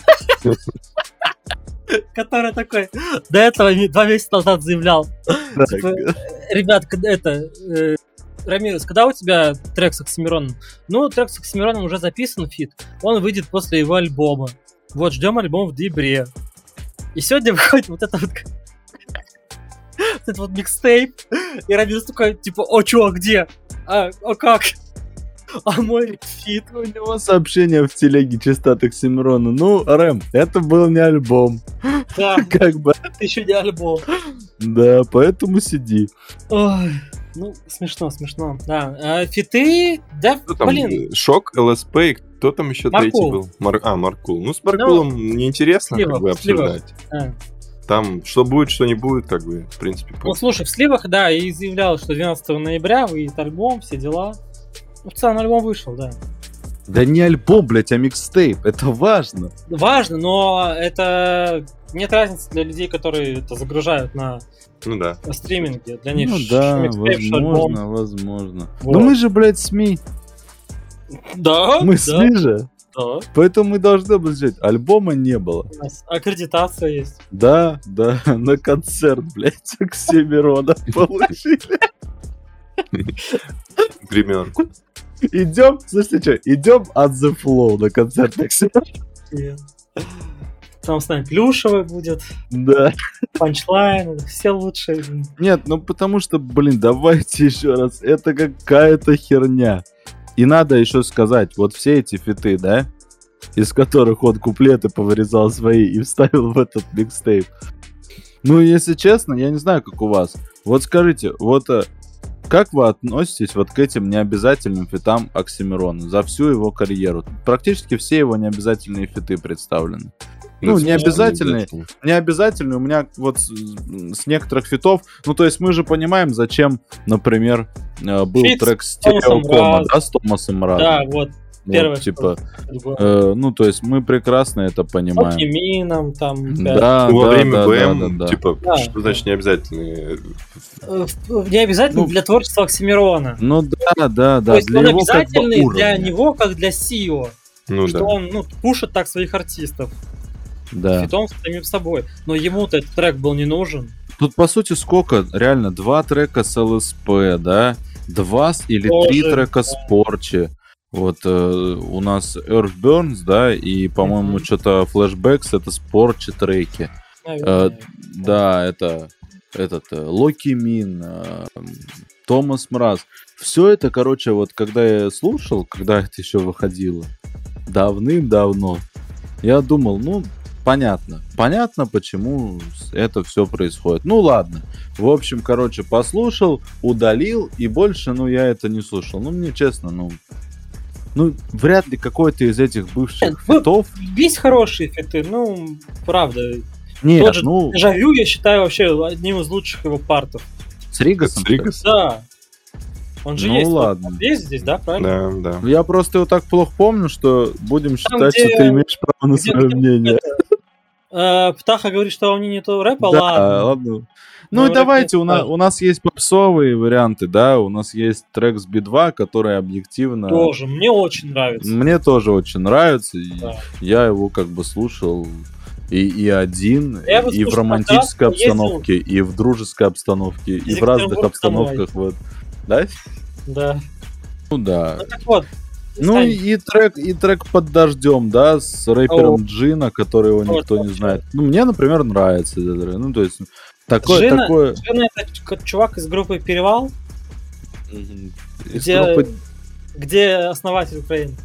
который такой до этого ми- два месяца назад заявлял, Так. типа, ребят, когда это, э, Рамирес, когда у тебя трек с Оксимироном? Ну, трек с Оксимироном уже записан, фит, он выйдет после его альбома. Вот, ждем альбом в декабре. И сегодня выходит вот это вот вот этот вот микстейп, и Рамирес такой, типа, о, чё, где? А, а как? А мой фит. У него сообщение в телеге чисто от Оксимирона. Ну, Рэм, это был не альбом. Да, Как бы, это еще не альбом. да, поэтому сиди. Ой, ну, смешно, смешно. Да, а фиты, да, Кто там? блин, Шок, ЛСП, и кто там еще Маркул. третий был? Мар- А, Маркул. Ну, с Маркулом неинтересно Сливов, как бы Сливов. обсуждать. а. Там что будет, что не будет, как бы, в принципе. Ну, слушай, в сливах, да, и заявлял, что двенадцатого ноября выйдет альбом, все дела. Ну, в целом альбом вышел, да. Да не альбом, блядь, а микстейп. Это важно. Важно, но это нет разницы для людей, которые это загружают на Ну да. стриминге. Для них Ну ш- да, микстейп, что альбом. возможно, возможно. Вот. Но мы же, блядь, СМИ. Да, Мы да, СМИ же. да. Поэтому мы должны были сказать, альбома не было. У нас аккредитация есть. Да, да, на концерт, блядь, Оксимирона получили. Гримерку. Идем, слушайте, что, идем от The Flow на концерт Оксимирона. И Там с нами Плюшева будет, Да. Панчлайн, все лучшие. Нет, ну потому что, блин, давайте еще раз, это какая-то херня. И надо еще сказать, вот все эти фиты, да, из которых он куплеты повырезал свои и вставил в этот микстейп. Ну, если честно, я не знаю, как у вас. Вот скажите, вот э, как вы относитесь вот к этим необязательным фитам Оксимирона за всю его карьеру? Практически все его необязательные фиты представлены. Ну, не обязательные. Не обязательно, у меня вот с, с некоторых фитов, ну, то есть мы же понимаем, зачем, например, э, был Фит трек с Томасом Стереокома, Мразом. да, с Томасом Мразом. Да, вот, Вот, первое, типа, что- э, ну, то есть мы прекрасно это понимаем. Мином, там, Да, Ну, во да, время да, БМ, да, да, да. типа, Да, что да. значит не обязательно? э, в- не обязательно Ну, для творчества Оксимирона. Ну да, да, да, То есть для он его как бы обязательный для уровня. него, как для Сио. Ну что да. он, ну, пушит так своих артистов. Да. Фитом с самим собой. Но ему-то этот трек был не нужен. Тут, по сути, сколько? Реально, два трека с ЛСП, да? Два с- или Тоже, три трека с Порчи. Вот э, у нас Earth Burns, да, и, по-моему, Мгм. что-то Flashbacks, это с Порчи треки. Наверное. Э, да, это этот э, Локи Мин, э, Томас Мраз. Все это, короче, вот когда я слушал, когда это еще выходило, давным-давно, я думал, ну, понятно. Понятно, почему это все происходит. Ну, ладно. В общем, короче, послушал, удалил, и больше, ну, я это не слушал. Ну, мне честно, ну... Ну, вряд ли какой-то из этих бывших Нет, ну, фитов... Есть хорошие фиты, ну, правда. Нет, Тот же ну, Дежавю я считаю вообще одним из лучших его партов. с Ригасом... С Ригас? Да. Он же Ну, есть. ладно. Он есть здесь, да, правильно? Да, да. Я просто его так плохо помню, что будем считать, где- что ты имеешь право на где- свое где- мнение. Э, Птаха говорит, что у него не то рэпа, Да, ладно. ладно. Ну, Ну и рэп давайте, не у нас, скажешь. у нас есть попсовые варианты, да, у нас есть трек с би два, который объективно... Тоже, мне очень нравится. Мне тоже очень нравится, и Да. я его как бы слушал и, и один, Я его и в слушал романтической когда ездил обстановке, и в дружеской обстановке, и из в разных Екатеринбурга обстановках, вот. Да? Да. Ну да. Ну так вот. Ну Стань. и трек, и трек под дождем, да, с рэпером О. Джина, которого Вот никто не вообще. знает. Ну, мне, например, нравится этот трек. Ну, то есть, такое, Джина, такое... Джина это ч- чувак из группы Перевал, Мгм. Из где, группы- где основатель Украины.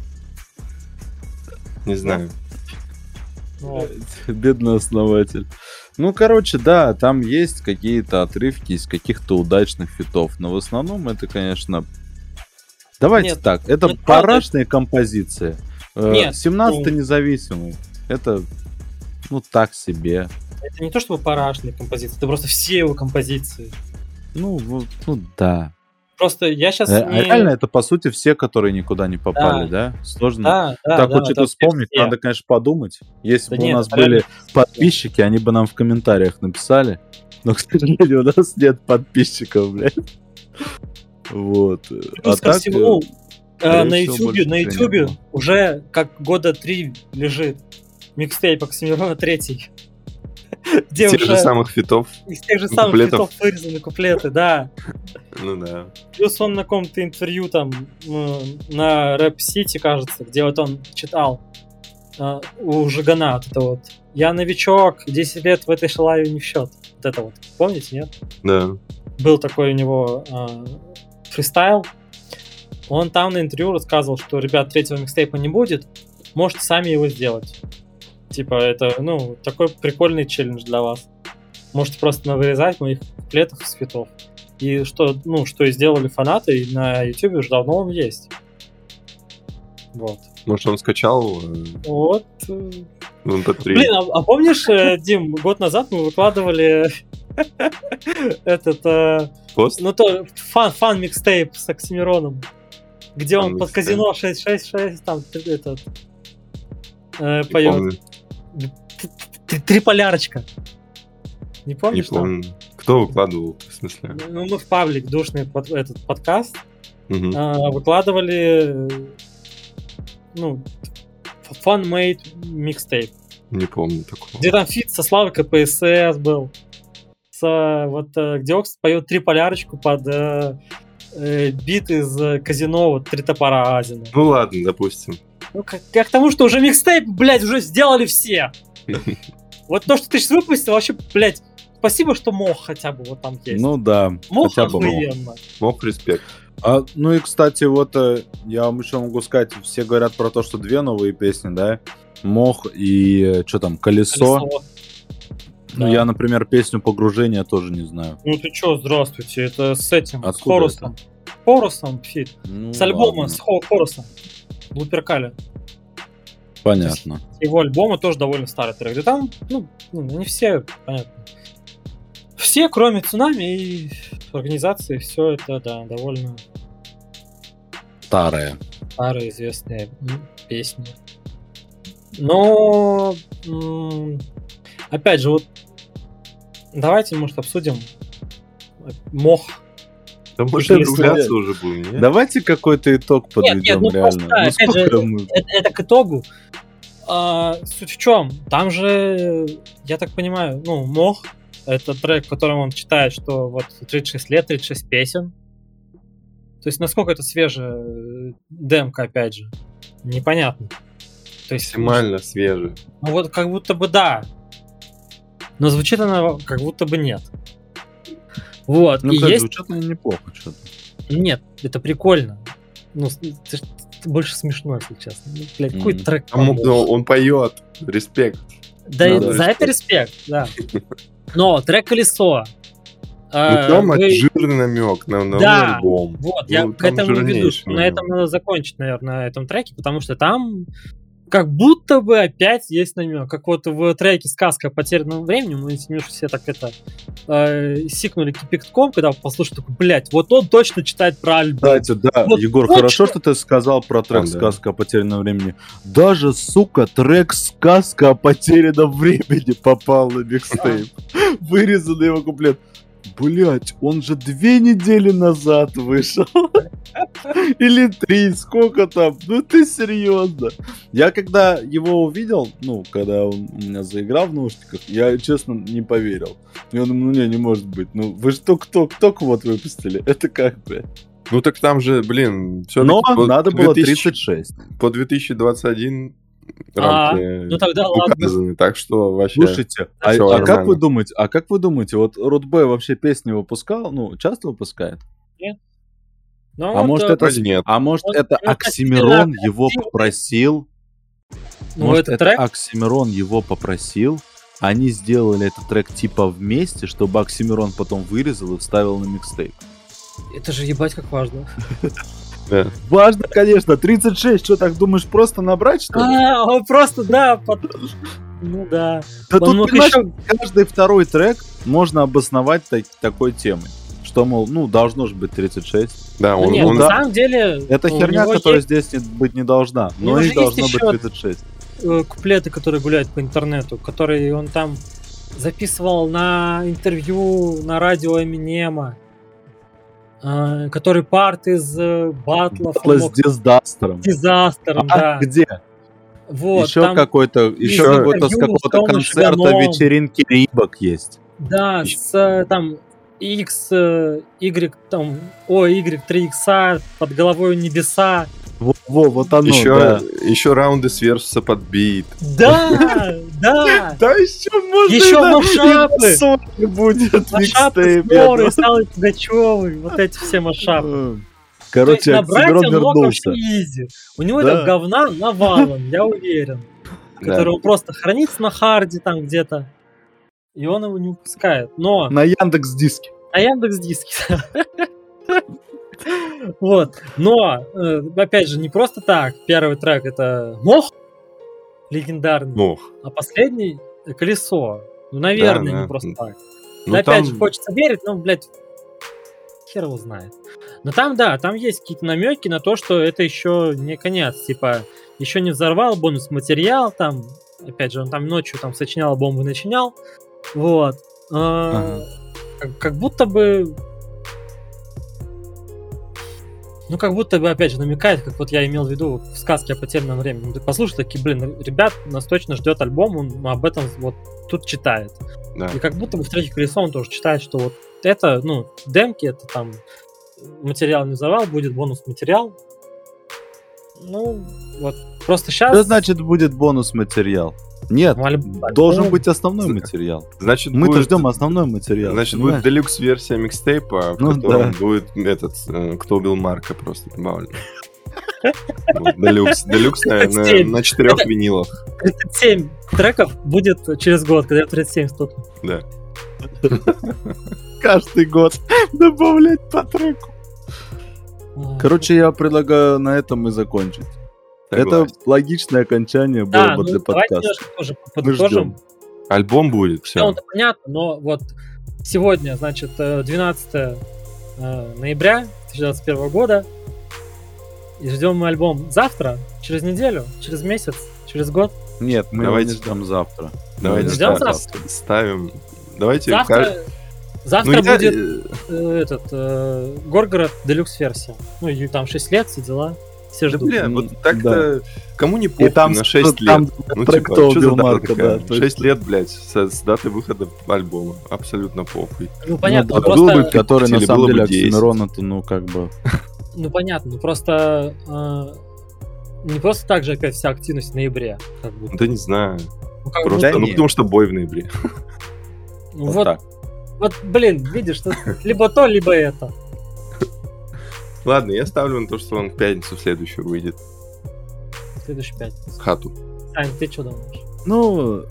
Не знаю. Вот. Бедный основатель. Ну, короче, да, там есть какие-то отрывки из каких-то удачных фитов, но в основном это, конечно... Давайте Нет, так, это нет, правда. парашные композиции. Э, Нет, семнадцатый ну- независимый. Это, ну, так себе. Это не то, чтобы парашные композиции, это просто все его композиции. Ну, вот, ну да. Просто я сейчас Э, не... Реально, это, по сути, все, которые никуда не попали, да? Сложно. Да, да, Так да, вот что-то это вспомнить, все. надо, конечно, подумать. Если Да бы у нет, нас это были реально подписчики, они бы нам в комментариях написали. Но, к сожалению, у нас нет подписчиков, блядь. Вот. Плюс А ко так, всему, э, скорее на всего, Ютубе, больше на ничего не Ютубе было. уже как года три лежит микстейп Оксимирона третий. Где Из тех же уже самых фитов. из тех же самых куплетов. фитов вырезаны куплеты, да. Ну да. Плюс он на каком-то интервью там ну, на Рэп Сити, кажется, где вот он читал э, у Жигана вот это вот. Я новичок, десять лет в этой шалаве не в счет. Вот это вот. Помните, нет? Да. Был такой у него э, фристайл. Он там на интервью рассказывал, что, ребят, третьего микстейпа не будет, можете сами его сделать. Типа, это, ну, такой прикольный челлендж для вас. Можете просто вырезать моих куплетов с фитов. И что, ну, что и сделали фанаты, и на YouTube уже давно он есть. Вот. Может, он скачал э, Вот. э, в эм пэ три? Блин, а, а помнишь, э, Дим, год назад мы выкладывали этот, э, Пост? ну то, фан, фан микстейп с Оксимироном, где он под Фан-микстейп. казино шесть шесть шесть там т- этот э, Не поет. помню, Т- Триполярочка. Не не помнишь там? помню. Кто выкладывал, в смысле? Ну, мы в паблик душный под, этот подкаст Мгм. э, выкладывали, э, ну, фан-мейд микстейп. Не помню такого. Где там фит со Славой КПСС был. С, вот, э, где Окс поет триполярочку под э, э, бит из э, казино, вот, Три топора Азина. Ну ладно, допустим. Ну, как, как к тому, что уже микстейп, блядь, уже сделали все. Вот то, что ты сейчас выпустил, вообще, блядь, спасибо, что мох хотя бы вот там есть. Ну да, Мох хотя бы мог. охуенно. Мог респект. А, ну и, кстати, вот э, я вам еще могу сказать, все говорят про то, что две новые песни, да? Мох и что там, Колесо. Колесо. Ну, Да. я, например, песню Погружения тоже не знаю. Ну ты чё, здравствуйте, это с этим, с Откуда Хорусом. Хорусом фит. Ну, С альбома, ладно. с Хо- Хорусом. Луперкали. Понятно. Его альбома тоже довольно старый трек. Да там, ну, ну, не все, понятно. Все, кроме Цунами и организации, все это, да, довольно Старая. старые известные м, песни. Но, м, опять же, вот давайте, может, обсудим Мох. Да может Колесо. округляться уже будем, нет? Давайте какой-то итог Нет, нет, подведем ну реально. просто, Ну, опять же, сколько мы- Это, это к итогу. А, суть в чем? Там же, я так понимаю, ну, Мох, это трек, в котором он читает, что вот тридцать шесть лет, тридцать шесть песен. То есть насколько это свежая э, демка, опять же, непонятно. То есть, Максимально свежий. ну вот как будто бы да, но звучит она как будто бы нет. Вот, Ну, и кстати, есть... звучит она неплохо что-то. Нет, это прикольно. Ну, с- это ж больше смешно, если честно. Ну, блядь, какой Мгм. трек? А мо- да, он поет. Респект. Да, и Надо за это респект, да. Но трек «Колесо». Ну э, там вы- жирный намек на новый Да, альбом. Вот, Ну, я там к этому веду, жирнейший что на намек. этом надо закончить, наверное, на этом треке, потому что там как будто бы опять есть намек. Как вот в треке «Сказка о потерянном времени» мы с Мишей все так это э, сикнули кипятком, когда послушали, такой, блядь, вот он точно читает про альбом. Кстати, да, Вот Егор, точно. хорошо, что ты сказал про трек Он, да. «Сказка о потерянном времени». Даже, сука, трек «Сказка о потерянном времени» попал на микстейп. Вырезанный его куплет. Блять, он же две недели назад вышел. Или три, сколько там? Ну ты серьезно? Я когда его увидел, ну, когда он у меня заиграл в наушниках, я, честно, не поверил. Я думаю, ну не, не может быть. Ну вы что, кто, кто вот выпустили? Это как бы... Ну так там же, блин, все Но надо было тридцать шесть. по две тысячи двадцать один А, рамки ну тогда ладно. указаны, так что вообще... Слушайте, а, всё а как нормально. вы думаете, а как вы думаете, вот Рудбой вообще песни выпускал, ну, часто выпускает? Ну, А вот, может э, это, Вроде нет. а может Он- это он Оксимирон относительно его активный. попросил? ну, Может этот это трек, Оксимирон его попросил? Они сделали этот трек типа вместе, чтобы Оксимирон потом вырезал и вставил на микстейп. это же ебать как важно. Да. Важно, конечно, тридцать шесть, что так думаешь, просто набрать, что ли? А, он просто, да, под- ну да. Да он тут, мог понимаешь, еще- каждый второй трек можно обосновать так- такой темой. Что, мол, ну, должно же быть тридцать шесть. Да, Ну он, нет, он- на да. самом деле... Это у херня, него которая есть, здесь не- быть не должна. него Но же и есть должно быть еще- тридцать шесть. э, куплеты, которые гуляют по интернету, которые он там записывал на интервью на радио Эминема, э, который парт из э, батлов, он С мог- Дизастером. с дизастером, А да. где? Вот, еще там, какой-то, еще из какой-то с интервью с какого-то Томом концерта Шиганом. вечеринки Рибок есть. да, с э, там X, э, Y, там, О, Y, три икса, под головой небеса. Во, во, вот оно, еще, да. еще раунды свершатся под бит. Да, да. Да еще можно Еще и на- машапы. и на Sony будет Машапы микстейп, с я Флорой, думаю. с Аллой Пугачевой, вот эти все машапы. Э, Короче, набрать Оксимирон он мог вернулся. вообще изи. У него Да. это говна навалом, я уверен. Да. Который он просто хранится на харде там где-то. И он его не упускает. Но На Яндекс.Диске. на Яндекс.Диске. Вот. Но, э, опять же, не просто так. Первый трек это Мох, легендарный. Мох. А последний — Колесо. Ну, наверное, Да, не да. просто так. Ну, Да, опять там- же, хочется верить, но, блядь, хер его знает. Но там, да, там есть какие-то намеки на то, что это еще не конец. Типа, еще не взорвал бонус-материал, там, опять же, он там ночью там сочинял бомбы, начинял. Вот. А, Ага. как, как будто бы... Ну, как будто бы, опять же, намекает, как вот я имел в виду в сказке о потерянном времени. Ну, ты послушай, такие, блин, ребят, нас точно ждет альбом, он об этом вот тут читает. Да. И как будто бы в треке «Колесо» он тоже читает, что вот это, ну, демки, это там материал не взорвал, будет бонус-материал. Ну, вот, просто сейчас... Что значит будет бонус-материал? Нет, должен быть основной З- материал. Значит, Мы-то будет- ждем основной материал. Значит, понимаешь? будет делюкс-версия микстейпа, в Ну котором да. будет этот, э, кто убил Марка, просто добавлен. Вот, Делюкс. Делюкс на- на семь. на четырех Это- винилах. тридцать семь треков будет через год, когда я тридцать семь стукну. Да. Каждый год добавлять по треку. Короче, я предлагаю на этом и закончить. Это Согласен. логичное окончание было да, бы ну, для давайте подкаста. немножко тоже Мы подытожим. ждем. Альбом будет, В все. целом-то понятно, но вот сегодня, значит, э, двенадцатое э, ноября две тысячи двадцать первого года. И ждем мы альбом завтра, через неделю, через месяц, через год. Нет, мы Давайте. его не ждем завтра. Давайте Мы Ждем ждем завтра. ставим. Давайте. Завтра, кажд- завтра Ну, я- будет э, э, этот э, Горгород Делюкс версия. Ну, и там шесть лет, все дела. Все Да, ждут. бля, М, вот так-то кому не И похуй там на шесть там лет. Ну, трек, типа, кто что за убил дата Марка, такая? да, шесть точно. лет, блядь, с, с даты выхода альбома. Абсолютно похуй. Ну, понятно, Ну, да, просто... был бы, который на Или самом было бы деле десять. Оксимирон, это, ну, как бы... Ну, понятно, ну, просто... э, не просто так же опять вся активность в ноябре. Как будто. Да не знаю. Ну, как Просто, Да ну не. потому что бой в ноябре. Ну, Вот вот, так. вот, блин, видишь, тут либо то, либо это. Ладно, я ставлю на то, что он в пятницу в следующую выйдет. Следующий пятница. В хату. Сань, ты что думаешь? Ну,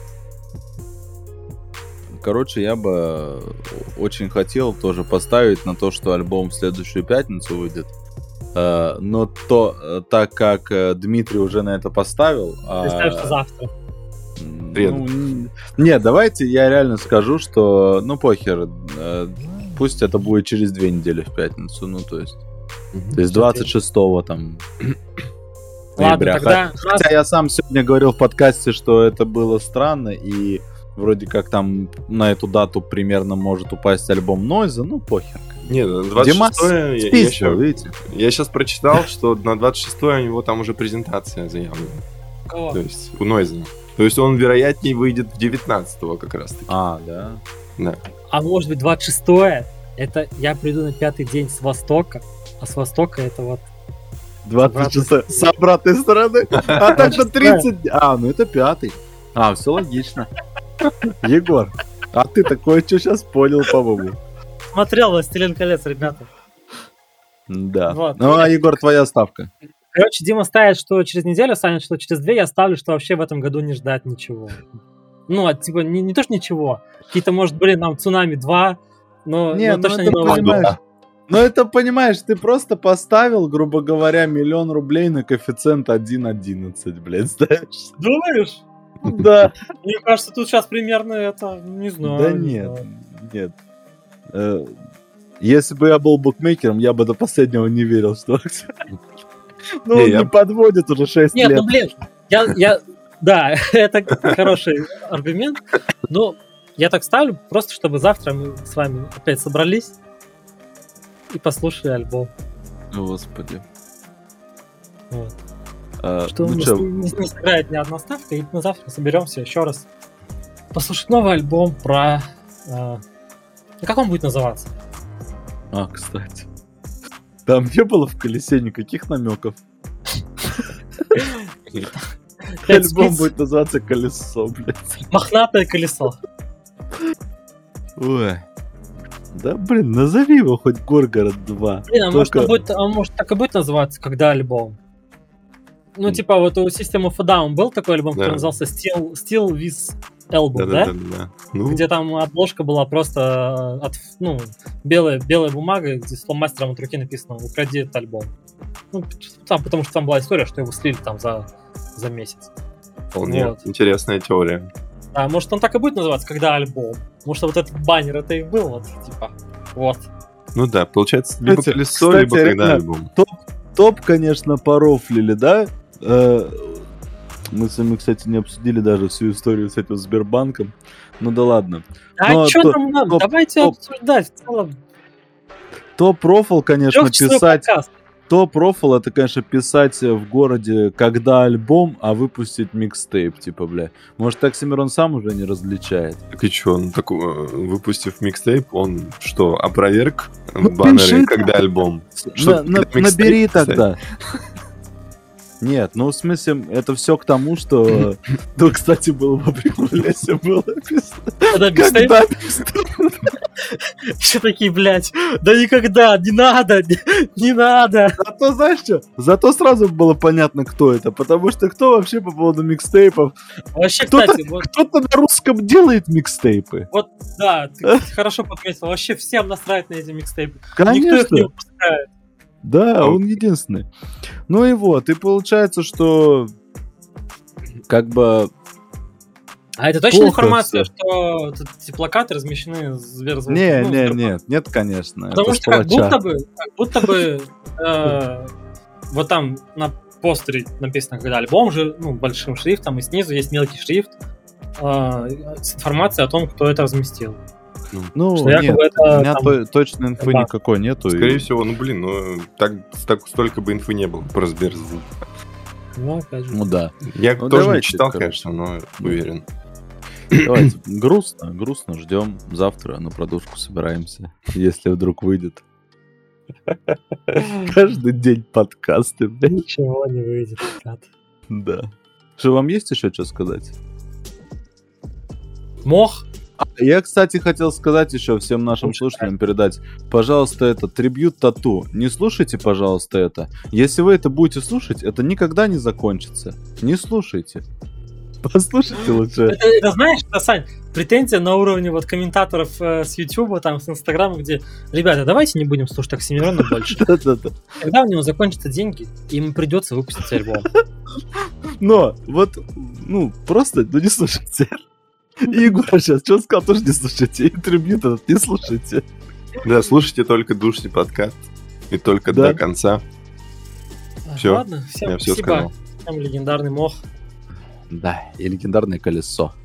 короче, я бы очень хотел тоже поставить на то, что альбом в следующую пятницу выйдет. Э, Но то, э, так как э, Дмитрий уже на это поставил... а, Ты ставишь, что завтра. ну, Среду. н- Нет, давайте я реально скажу, что, ну, похер, э, пусть это будет через две недели в пятницу, ну, то есть, то есть двадцать шестого там Ладно, ноября. тогда... раз- Хотя я сам сегодня говорил в подкасте, что это было странно, и вроде как там на эту дату примерно может упасть альбом Нойза, ну похер. Не, на двадцать Димас шестое я, спиздил, ща- видите? я сейчас прочитал, что на двадцать шестое у него там уже презентация заявлена. Кого? То есть у Нойза. То есть он, вероятнее, выйдет в девятнадцатого как раз таки. А, да. Да. А может быть двадцать шестое? Это я приду на пятый день с востока, а с востока это вот... двадцать шестое с обратной стороны. А так что тридцать... А, ну это пятый. А, все логично. Егор, а ты такое что сейчас понял, по-моему? Смотрел «Властелин колец», ребята. Да. Вот. Ну, а, Егор, твоя ставка. Короче, Дима ставит, что через неделю, Саня, что через две, я ставлю, что вообще в этом году не ждать ничего. Ну, а, типа, не, не то, что ничего. Какие-то, может, блин, там «Цунами два», но, Не, но ну точно это не Новый год. понимаешь. Ну это, понимаешь, ты просто поставил, грубо говоря, миллион рублей на коэффициент один одиннадцать, блядь, знаешь? Думаешь? Да. Мне кажется, тут сейчас примерно это, не знаю. Да не нет, знаю. нет. Э, Если бы я был букмекером, я бы до последнего не верил, что... Ну, Не, он я- не подводит уже шесть Нет, лет. ну блин, я, я, да, это хороший аргумент, но я так ставлю, просто чтобы завтра мы с вами опять собрались и послушали альбом. Господи. Вот. А, Что ну не, чё, не- не сыграет ни одна ставка, и мы завтра соберемся еще раз послушать новый альбом про... э, ну, как он будет называться? А, кстати. Там не было в колесе никаких намеков. Пять Альбом спиц, будет называться «Колесо», блядь. мохнатое колесо. Ой. Да, блин, назови его хоть Горгород два. Блин, а может, Только- он будет, а может так и будет называться, когда альбом? Ну, М. типа, вот у System of a Down был такой альбом, Да. который назывался Still, Still with Album, да? Да-да-да. Ну, Где там обложка была просто от, ну, белая, белая бумага, где с фломастером от руки написано «Укради этот альбом». Ну, там, потому что там была история, что его слили там за, за месяц. вполне вот. интересная теория. А может, он так и будет называться, когда альбом? Может, вот этот баннер это и был, вот, типа, вот. Ну да, получается, либо Кстати, колесо, кстати, либо когда реально, альбом. Топ, конечно, порофлили, да? Э, Мы с вами, кстати, не обсудили даже всю историю с этим Сбербанком. Ну да ладно. А Ну, а что топ- нам надо? топ- Давайте топ. обсуждать в целом. Топ-рофл, конечно, Трёхчасовой писать... подкаст. Топ-рофл это, конечно, писать в городе, когда альбом, а выпустить микстейп, типа, бля. Может, Оксимирон сам уже не различает? Так и чё, ну так, э, выпустив микстейп, он что, опроверг Ну, баннеры, пиши когда альбом? На- Что, на- когда микстейп набери писать? тогда. Нет, ну в смысле, это все к тому, что... Ну, кстати, было бы прикольно, если было написано. Когда микстейп, Когда все такие, блядь, да никогда, не надо, не, не надо. Зато, знаешь что? Зато сразу было понятно, кто это. Потому что кто вообще по поводу микстейпов? Вообще, Кто-то- кстати, вот, Кто-то на русском делает микстейпы. вот, да, ты хорошо подметил, вообще всем насрать на эти микстейпы. Никто их не Конечно. выпускает. Да, А он единственный. Ну и вот, и получается, что как бы... А это точно Плохо информация, всё. что тут эти плакаты размещены Сберзвук? Не, ну, не, Сбербанк? нет, нет, конечно. Потому это что как сплоча. будто бы, как будто бы э, вот там на постере написано, когда альбом же, ну, большим шрифтом, и снизу есть мелкий шрифт э, с информацией о том, кто это разместил. Ну, Что нет, якобы это у меня там- то- точной инфы Да. никакой нету. и- Скорее всего, ну блин, ну так, так столько бы инфы не было про Сберзвук. Ну, опять же. Ну да. Я Ну, тоже не давайте, читал, короче. конечно, но уверен. Давайте. Грустно, грустно. Ждем. Завтра на продушку собираемся, если вдруг выйдет. Каждый день подкасты, блядь. Ничего не выйдет, ребят. Да. Что, вам есть еще что сказать? Мох? А, Я, кстати, хотел сказать еще всем нашим слушателям передать. Пожалуйста, это трибьют тату. Не слушайте, пожалуйста, это. Если вы это будете слушать, это никогда не закончится. Не слушайте. Послушайте лучше. Это, это знаешь, это, Сань, претензия на уровне вот комментаторов э, с Ютуба, там, с Инстаграма, где, ребята, давайте не будем слушать Оксимирона больше. Да-да-да. Когда у него закончатся деньги, ему придется выпустить альбом. Но, вот, ну, просто, ну не слушайте. И Егор сейчас что сказал, тоже не слушайте. И трибьют этот не слушайте. Да, слушайте только душный подкаст. И только Да. до конца. Всё. Ладно, всем Я все спасибо. сказал. Всем легендарный мох. Да, и легендарное колесо.